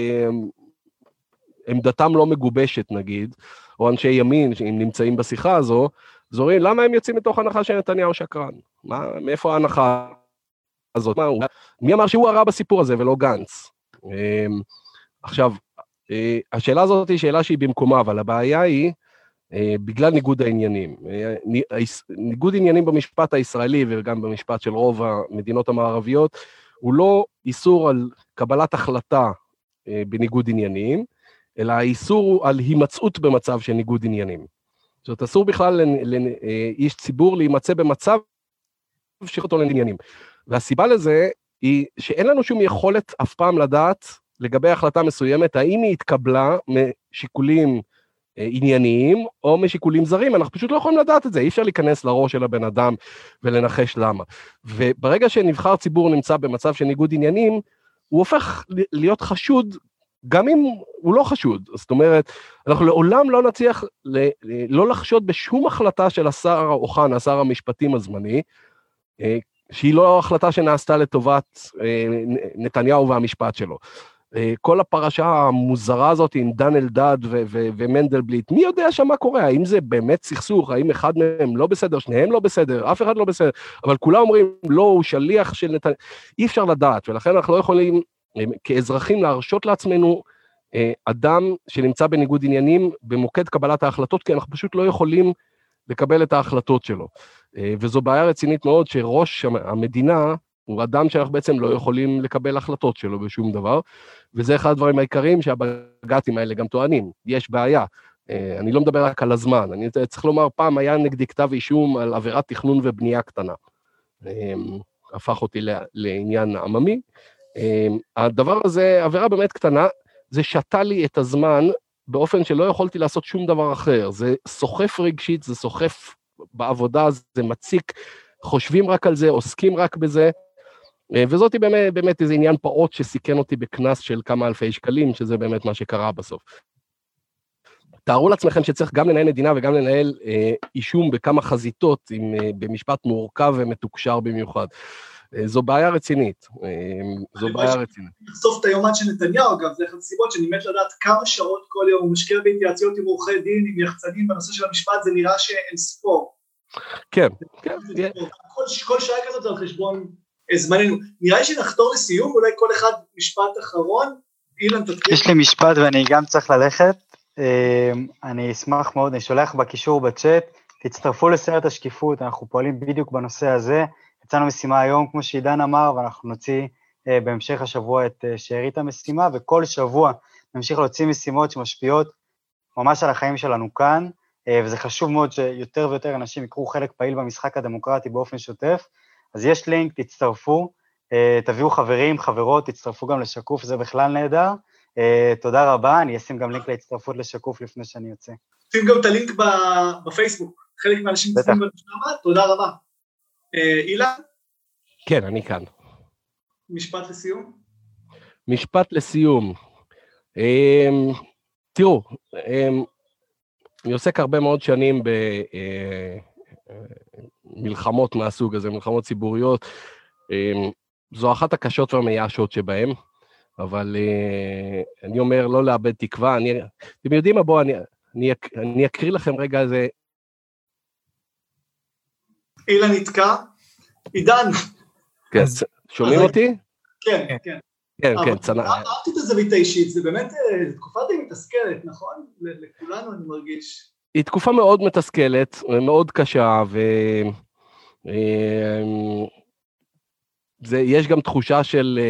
שעמדתם לא מגובשת נגיד, או אנשי ימין שהם נמצאים בשיחה הזו, זורים, למה הם יוצאים מתוך הנחה שנתניהו שקרן? מה, מאיפה ההנחה הזאת? מה, מי אמר שהוא הרע בסיפור הזה ולא גנץ? עכשיו, השאלה הזאת היא שאלה שהיא במקומה, אבל הבעיה היא, בגלל ניגוד העניינים. ניגוד עניינים במשפט הישראלי, וגם במשפט של רוב המדינות המערביות, הוא לא איסור על קבלת החלטה בניגוד עניינים, אלא האיסור הוא על הימצאות במצב של ניגוד עניינים. זאת אומרת, אסור בכלל לאיש ציבור להימצא במצב שיח אותו לעניינים. והסיבה לזה היא שאין לנו שום יכולת אף פעם לדעת לגבי החלטה מסוימת, האם היא התקבלה משיקולים ענייניים או משיקולים זרים, אנחנו פשוט לא יכולים לדעת את זה, אי אפשר להיכנס לראש של הבן אדם ולנחש למה. וברגע שנבחר ציבור נמצא במצב של ניגוד עניינים, הוא הופך להיות חשוד, גם אם הוא לא חשוד, זאת אומרת, אנחנו לעולם לא נצליח ל, לא לחשוד בשום החלטה של השר אוחנה, השר המשפטים הזמני, שהיא לא החלטה שנעשתה לטובת נתניהו והמשפט שלו. כל הפרשה המוזרה הזאת עם דן אלדד ו- ו- ומנדלבליט, מי יודע שמה קורה? האם זה באמת סכסוך? האם אחד מהם לא בסדר, שניהם לא בסדר, אף אחד לא בסדר, אבל כולם אומרים, לא, הוא שליח של נתניהו, אי אפשר לדעת, ולכן אנחנו לא יכולים כאזרחים להרשות לעצמנו אדם שנמצא בניגוד עניינים במוקד קבלת ההחלטות, כי אנחנו פשוט לא יכולים לקבל את ההחלטות שלו. וזו בעיה רצינית מאוד שראש המדינה הוא אדם שאנחנו בעצם לא יכולים לקבל החלטות שלו בשום דבר, וזה אחד הדברים העיקריים שהבג"צים האלה גם טוענים. יש בעיה. אני לא מדבר רק על הזמן, אני צריך לומר, פעם היה נגדי כתב אישום על עבירת תכנון ובנייה קטנה. הפך אותי לעניין עממי. הדבר הזה, עבירה באמת קטנה, זה שתה לי את הזמן באופן שלא יכולתי לעשות שום דבר אחר. זה סוחף רגשית, זה סוחף בעבודה, זה מציק, חושבים רק על זה, עוסקים רק בזה, וזאת היא באמת, באמת איזה עניין פעוט שסיכן אותי בכנס של כמה אלפי שקלים, שזה באמת מה שקרה בסוף. תארו לעצמכם שצריך גם לנהל מדינה וגם לנהל אה, אישום בכמה חזיתות, עם, אה, במשפט מורכב ומתוקשר במיוחד. אה, זו בעיה רצינית, אה, זו בעיה רצינית. לחשוף את היומן של נתניהו, אגב, זה אחת הסיבות שאני מת לדעת כמה שעות כל יום הוא משקיע בהתייעצויות עם עורכי דין, עם יחצנים בנושא של המשפט, זה נראה שאין ספור. כן, כן. כל, כל שעה כזאת זה על חשבון זמננו. נראה לי שנחתור לסיום, אולי כל אחד משפט אחרון. אילן, תתחיל. יש לי משפט ואני גם צריך ללכת. אני אשמח מאוד, אני שולח בקישור בצ'אט, תצטרפו לסרט השקיפות, אנחנו פועלים בדיוק בנושא הזה, יצאנו משימה היום, כמו שעידן אמר, ואנחנו נוציא בהמשך השבוע את שארית המשימה, וכל שבוע נמשיך להוציא משימות שמשפיעות ממש על החיים שלנו כאן, וזה חשוב מאוד שיותר ויותר אנשים יקרו חלק פעיל במשחק הדמוקרטי באופן שוטף, אז יש לינק, תצטרפו, תביאו חברים, חברות, תצטרפו גם לשקוף, זה בכלל נהדר, תודה רבה, אני אשים גם לינק להצטרפות לשקוף לפני שאני יוצא. שים גם את הלינק בפייסבוק, חלק מהאנשים צפים במשלמה, תודה רבה. אילן? כן, אני כאן. משפט לסיום? משפט לסיום. תראו, אני עוסק הרבה מאוד שנים במלחמות מהסוג הזה, מלחמות ציבוריות, זו אחת הקשות והמייאשות שבהם, אבל uh, אני אומר לא לאבד תקווה, אני, אתם יודעים מה, בואו, אני, אני, אני אקריא לכם רגע איזה... אילן נתקע, עידן. כן, שומעים אותי? כן, כן. כן, כן, צנע. אהבתי את הזווית האישית, זה באמת תקופה די מתסכלת, נכון? לכולנו אני מרגיש. היא תקופה מאוד מתסכלת, מאוד קשה, ו... זה, יש גם תחושה של...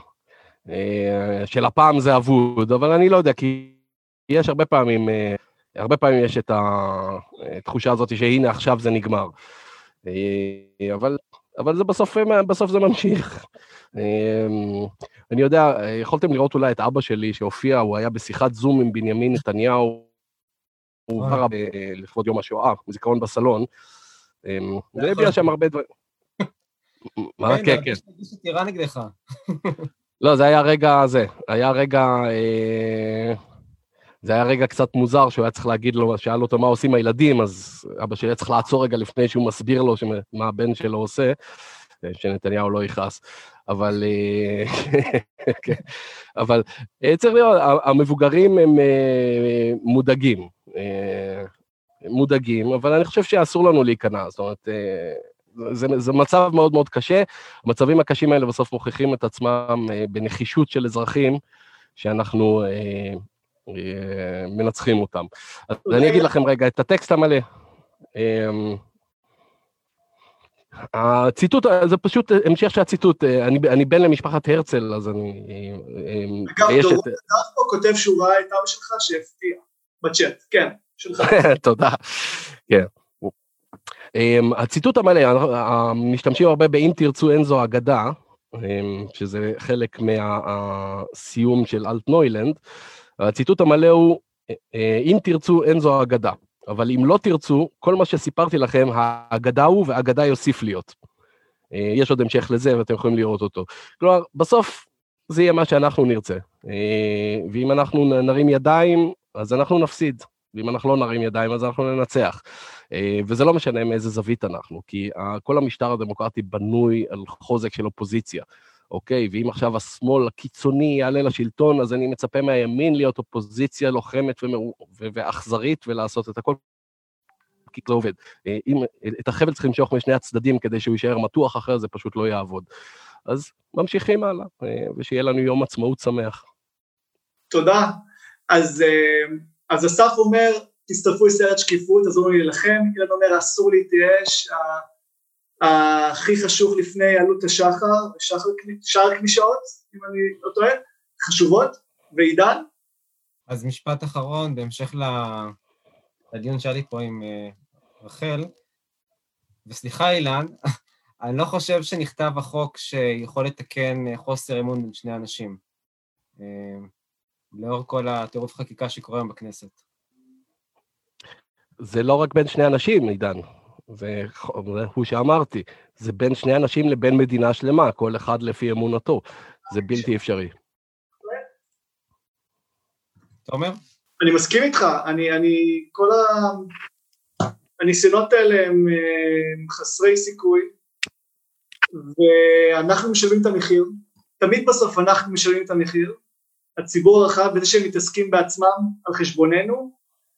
של הפעם זה אבוד, אבל אני לא יודע, כי יש הרבה פעמים, הרבה פעמים יש את התחושה הזאת שהנה עכשיו זה נגמר. אבל, אבל זה בסוף, בסוף זה ממשיך. אני יודע, יכולתם לראות אולי את אבא שלי שהופיע, הוא היה בשיחת זום עם בנימין נתניהו, הוא קרא לכבוד יום השואה, זיכרון בסלון, זה הביע שם הרבה דברים. מה? כן, כן. יש תירה נגדך. לא, זה היה רגע, זה, היה רגע, אה, זה היה רגע קצת מוזר, שהוא היה צריך להגיד לו, שאל אותו מה עושים הילדים, אז אבא שלי היה צריך לעצור רגע לפני שהוא מסביר לו שמה, מה הבן שלו עושה, שנתניהו לא יכעס, אבל, אה, כן, אבל צריך לראות, המבוגרים הם אה, מודאגים, אה, מודאגים, אבל אני חושב שאסור לנו להיכנע, זאת אומרת, אה, זה, זה מצב מאוד מאוד קשה, המצבים הקשים האלה בסוף מוכיחים את עצמם אה, בנחישות של אזרחים, שאנחנו אה, אה, מנצחים אותם. אז אני אגיד לכם רגע את הטקסט המלא. אה, הציטוט, זה פשוט המשך של הציטוט, אני, אני בן למשפחת הרצל, אז אני... אגב, דורון נדח פה כותב שהוא ראה את אבא שלך שהפתיע, בצ'אט, כן, שלך. תודה, כן. הציטוט המלא, משתמשים הרבה באם תרצו אין זו אגדה, שזה חלק מהסיום של אלטנוילנד, הציטוט המלא הוא, אם תרצו אין זו אגדה, אבל אם לא תרצו, כל מה שסיפרתי לכם, האגדה הוא והאגדה יוסיף להיות. יש עוד המשך לזה ואתם יכולים לראות אותו. כלומר, בסוף זה יהיה מה שאנחנו נרצה, ואם אנחנו נרים ידיים, אז אנחנו נפסיד. ואם אנחנו לא נרים ידיים, אז אנחנו ננצח. וזה לא משנה מאיזה זווית אנחנו, כי כל המשטר הדמוקרטי בנוי על חוזק של אופוזיציה, אוקיי? ואם עכשיו השמאל הקיצוני יעלה לשלטון, אז אני מצפה מהימין להיות אופוזיציה לוחמת ואכזרית, ולעשות את הכל, כי זה עובד. אם, את החבל צריכים למשוך משני הצדדים, כדי שהוא יישאר מתוח אחר, זה פשוט לא יעבוד. אז ממשיכים הלאה, ושיהיה לנו יום עצמאות שמח. תודה. אז, אז אסף אומר, תצטרפו לסרט שקיפות, אז אומרים לי לכם, אילן אומר, אסור להתייאש, הכי חשוב לפני עלות השחר, שער קלישאות, אם אני לא טועה, חשובות, ועידן? אז משפט אחרון, בהמשך לדיון שהיה לי פה עם רחל, וסליחה אילן, אני לא חושב שנכתב החוק שיכול לתקן חוסר אמון בין שני אנשים, לאור כל הטירוף חקיקה שקורה בכנסת. זה לא רק בין שני אנשים, עידן, זה הוא שאמרתי, זה בין שני אנשים לבין מדינה שלמה, כל אחד לפי אמונתו, זה בלתי אפשרי. אתה אומר? אני מסכים איתך, אני, אני, כל הניסיונות האלה הם חסרי סיכוי, ואנחנו משלמים את המחיר, תמיד בסוף אנחנו משלמים את המחיר, הציבור הרחב, וזה שהם מתעסקים בעצמם על חשבוננו,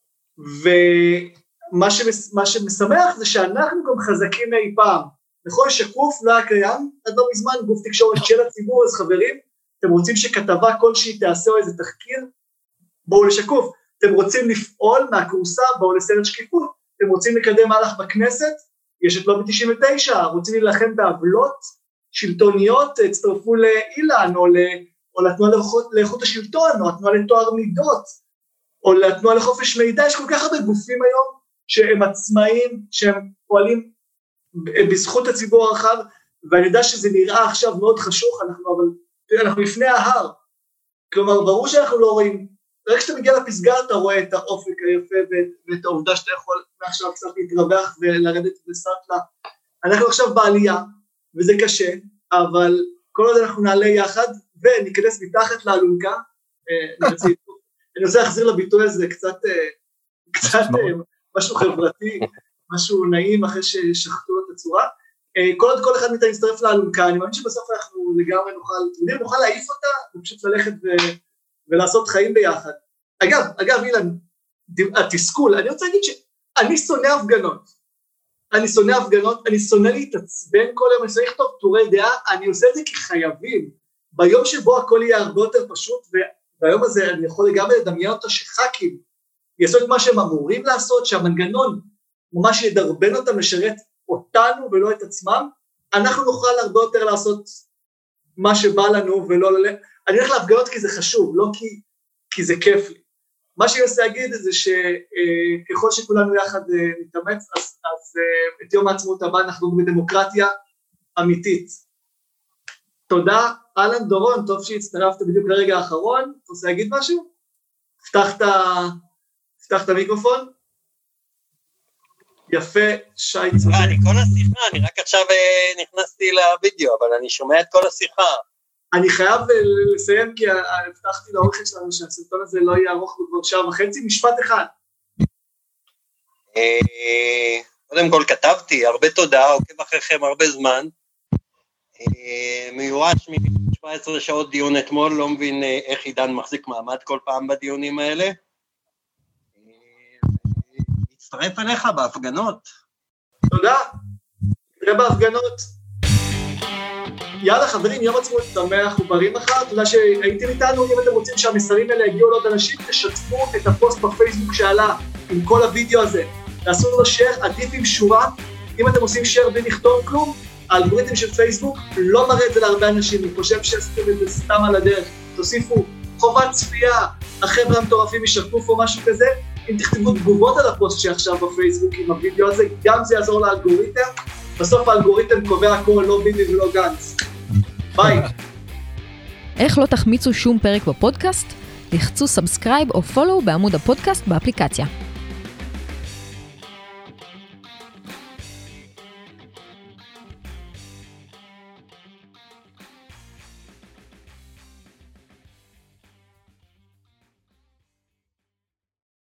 ומה שמס, מה שמשמח זה שאנחנו גם חזקים מאי פעם, נכון שקוף לא היה קיים, עד לא מזמן גוף תקשורת של הציבור, אז חברים, אתם רוצים שכתבה כלשהי תעשה או איזה תחקיר, בואו לשקוף, אתם רוצים לפעול מהקורסה, בואו לסרט שקיפות, אתם רוצים לקדם מהלך בכנסת, יש את לובי תשעים ותשע, רוצים להילחם בעוולות שלטוניות, הצטרפו לאילן, או, ל, או לתנועה לאיכות, לאיכות השלטון, או התנועה לתואר מידות, או לתנועה לחופש מידע, יש כל כך הרבה גופים היום, שהם עצמאים, שהם פועלים בזכות הציבור הרחב, ואני יודע שזה נראה עכשיו מאוד חשוך, אנחנו, אבל, אנחנו לפני ההר, כלומר, ברור שאנחנו לא רואים, רק כשאתה מגיע לפסגה, אתה רואה את האופק היפה, ואת, ואת העובדה שאתה יכול מעכשיו קצת להתרווח, ולרדת בסטלה. אנחנו עכשיו בעלייה, וזה קשה, אבל כל עוד אנחנו נעלה יחד, וניכנס מתחת לאלונקה, אני רוצה להחזיר לביטוי הזה, קצת, קצת משהו חברתי, משהו נעים, אחרי ששחטו את הצורה, כל עוד כל אחד מאיתנו יצטרף לאלונקה, אני מאמין שבסוף אנחנו לגמרי נוכל, נוכל להעיף אותה, ופשוט ללכת ו... ולעשות חיים ביחד. אגב, אגב, אילן, התסכול, אני רוצה להגיד שאני שונא הפגנות, אני שונא הפגנות, אני שונא להתעצבן כל יום, אני שונא לכתוב טורי דעה, אני עושה את זה כי חייבים, ביום שבו הכל יהיה הרבה יותר פשוט, וביום הזה אני יכול לגמרי לדמיין אותו שחקים, יעשו את מה שהם אמורים לעשות, שהמנגנון ממש ידרבן אותם לשרת אותנו ולא את עצמם, אנחנו נוכל הרבה יותר לעשות מה שבא לנו ולא ללכת, אני הולך להפגנות כי זה חשוב, לא כי, כי זה כיף לי. מה שאני רוצה להגיד זה שככל שכולנו יחד נתאמץ, אז, אז את יום העצמאות הבא אנחנו בדמוקרטיה אמיתית. תודה, אלן דורון, טוב שהצטרפת בדיוק לרגע האחרון, אתה רוצה להגיד משהו? פתח את המיקרופון? יפה, שי צודק. אני כל השיחה, אני רק עכשיו נכנסתי לוידאו, אבל אני שומע את כל השיחה. אני חייב לסיים, כי הבטחתי לאורכת שלנו שהסרטון הזה לא יהיה ארוך כבר שעה וחצי, משפט אחד. קודם כל כתבתי, הרבה תודה, עוקב אחריכם הרבה זמן, מיואש מ-שבע עשרה שעות דיון אתמול, לא מבין איך עידן מחזיק מעמד כל פעם בדיונים האלה, הצטרף אליך בהפגנות. תודה, תראה בהפגנות. יאללה חברים, יום עצמאות שמח ובריא מחר, תודה שהייתם איתנו, אם אתם רוצים שהמסרים האלה יגיעו לעוד אנשים, תשתפו את הפוסט בפייסבוק שעלה עם כל הוידאו הזה, תעשו לו שייר, עדיף עם שורה, אם אתם עושים שייר בלי לכתוב כלום, האלגוריתם של פייסבוק לא מראה את זה להרבה אנשים, אני חושב שעשיתם את זה סתם על הדרך, תוסיפו חובת צפייה, החבר'ה המטורפים ישתפו או משהו כזה, אם תכתבו תגובות על הפוסט שעכשיו בפייסבוק עם הוידאו הזה, גם זה יעזור לאלגוריתם, בסוף האלגוריתם קובע הכל, לא ביבי ולא גנץ. ביי. איך לא תחמיצו שום פרק בפודקאסט? לחצו סאבסקרייב או פולו בעמוד הפודקאסט באפליקציה.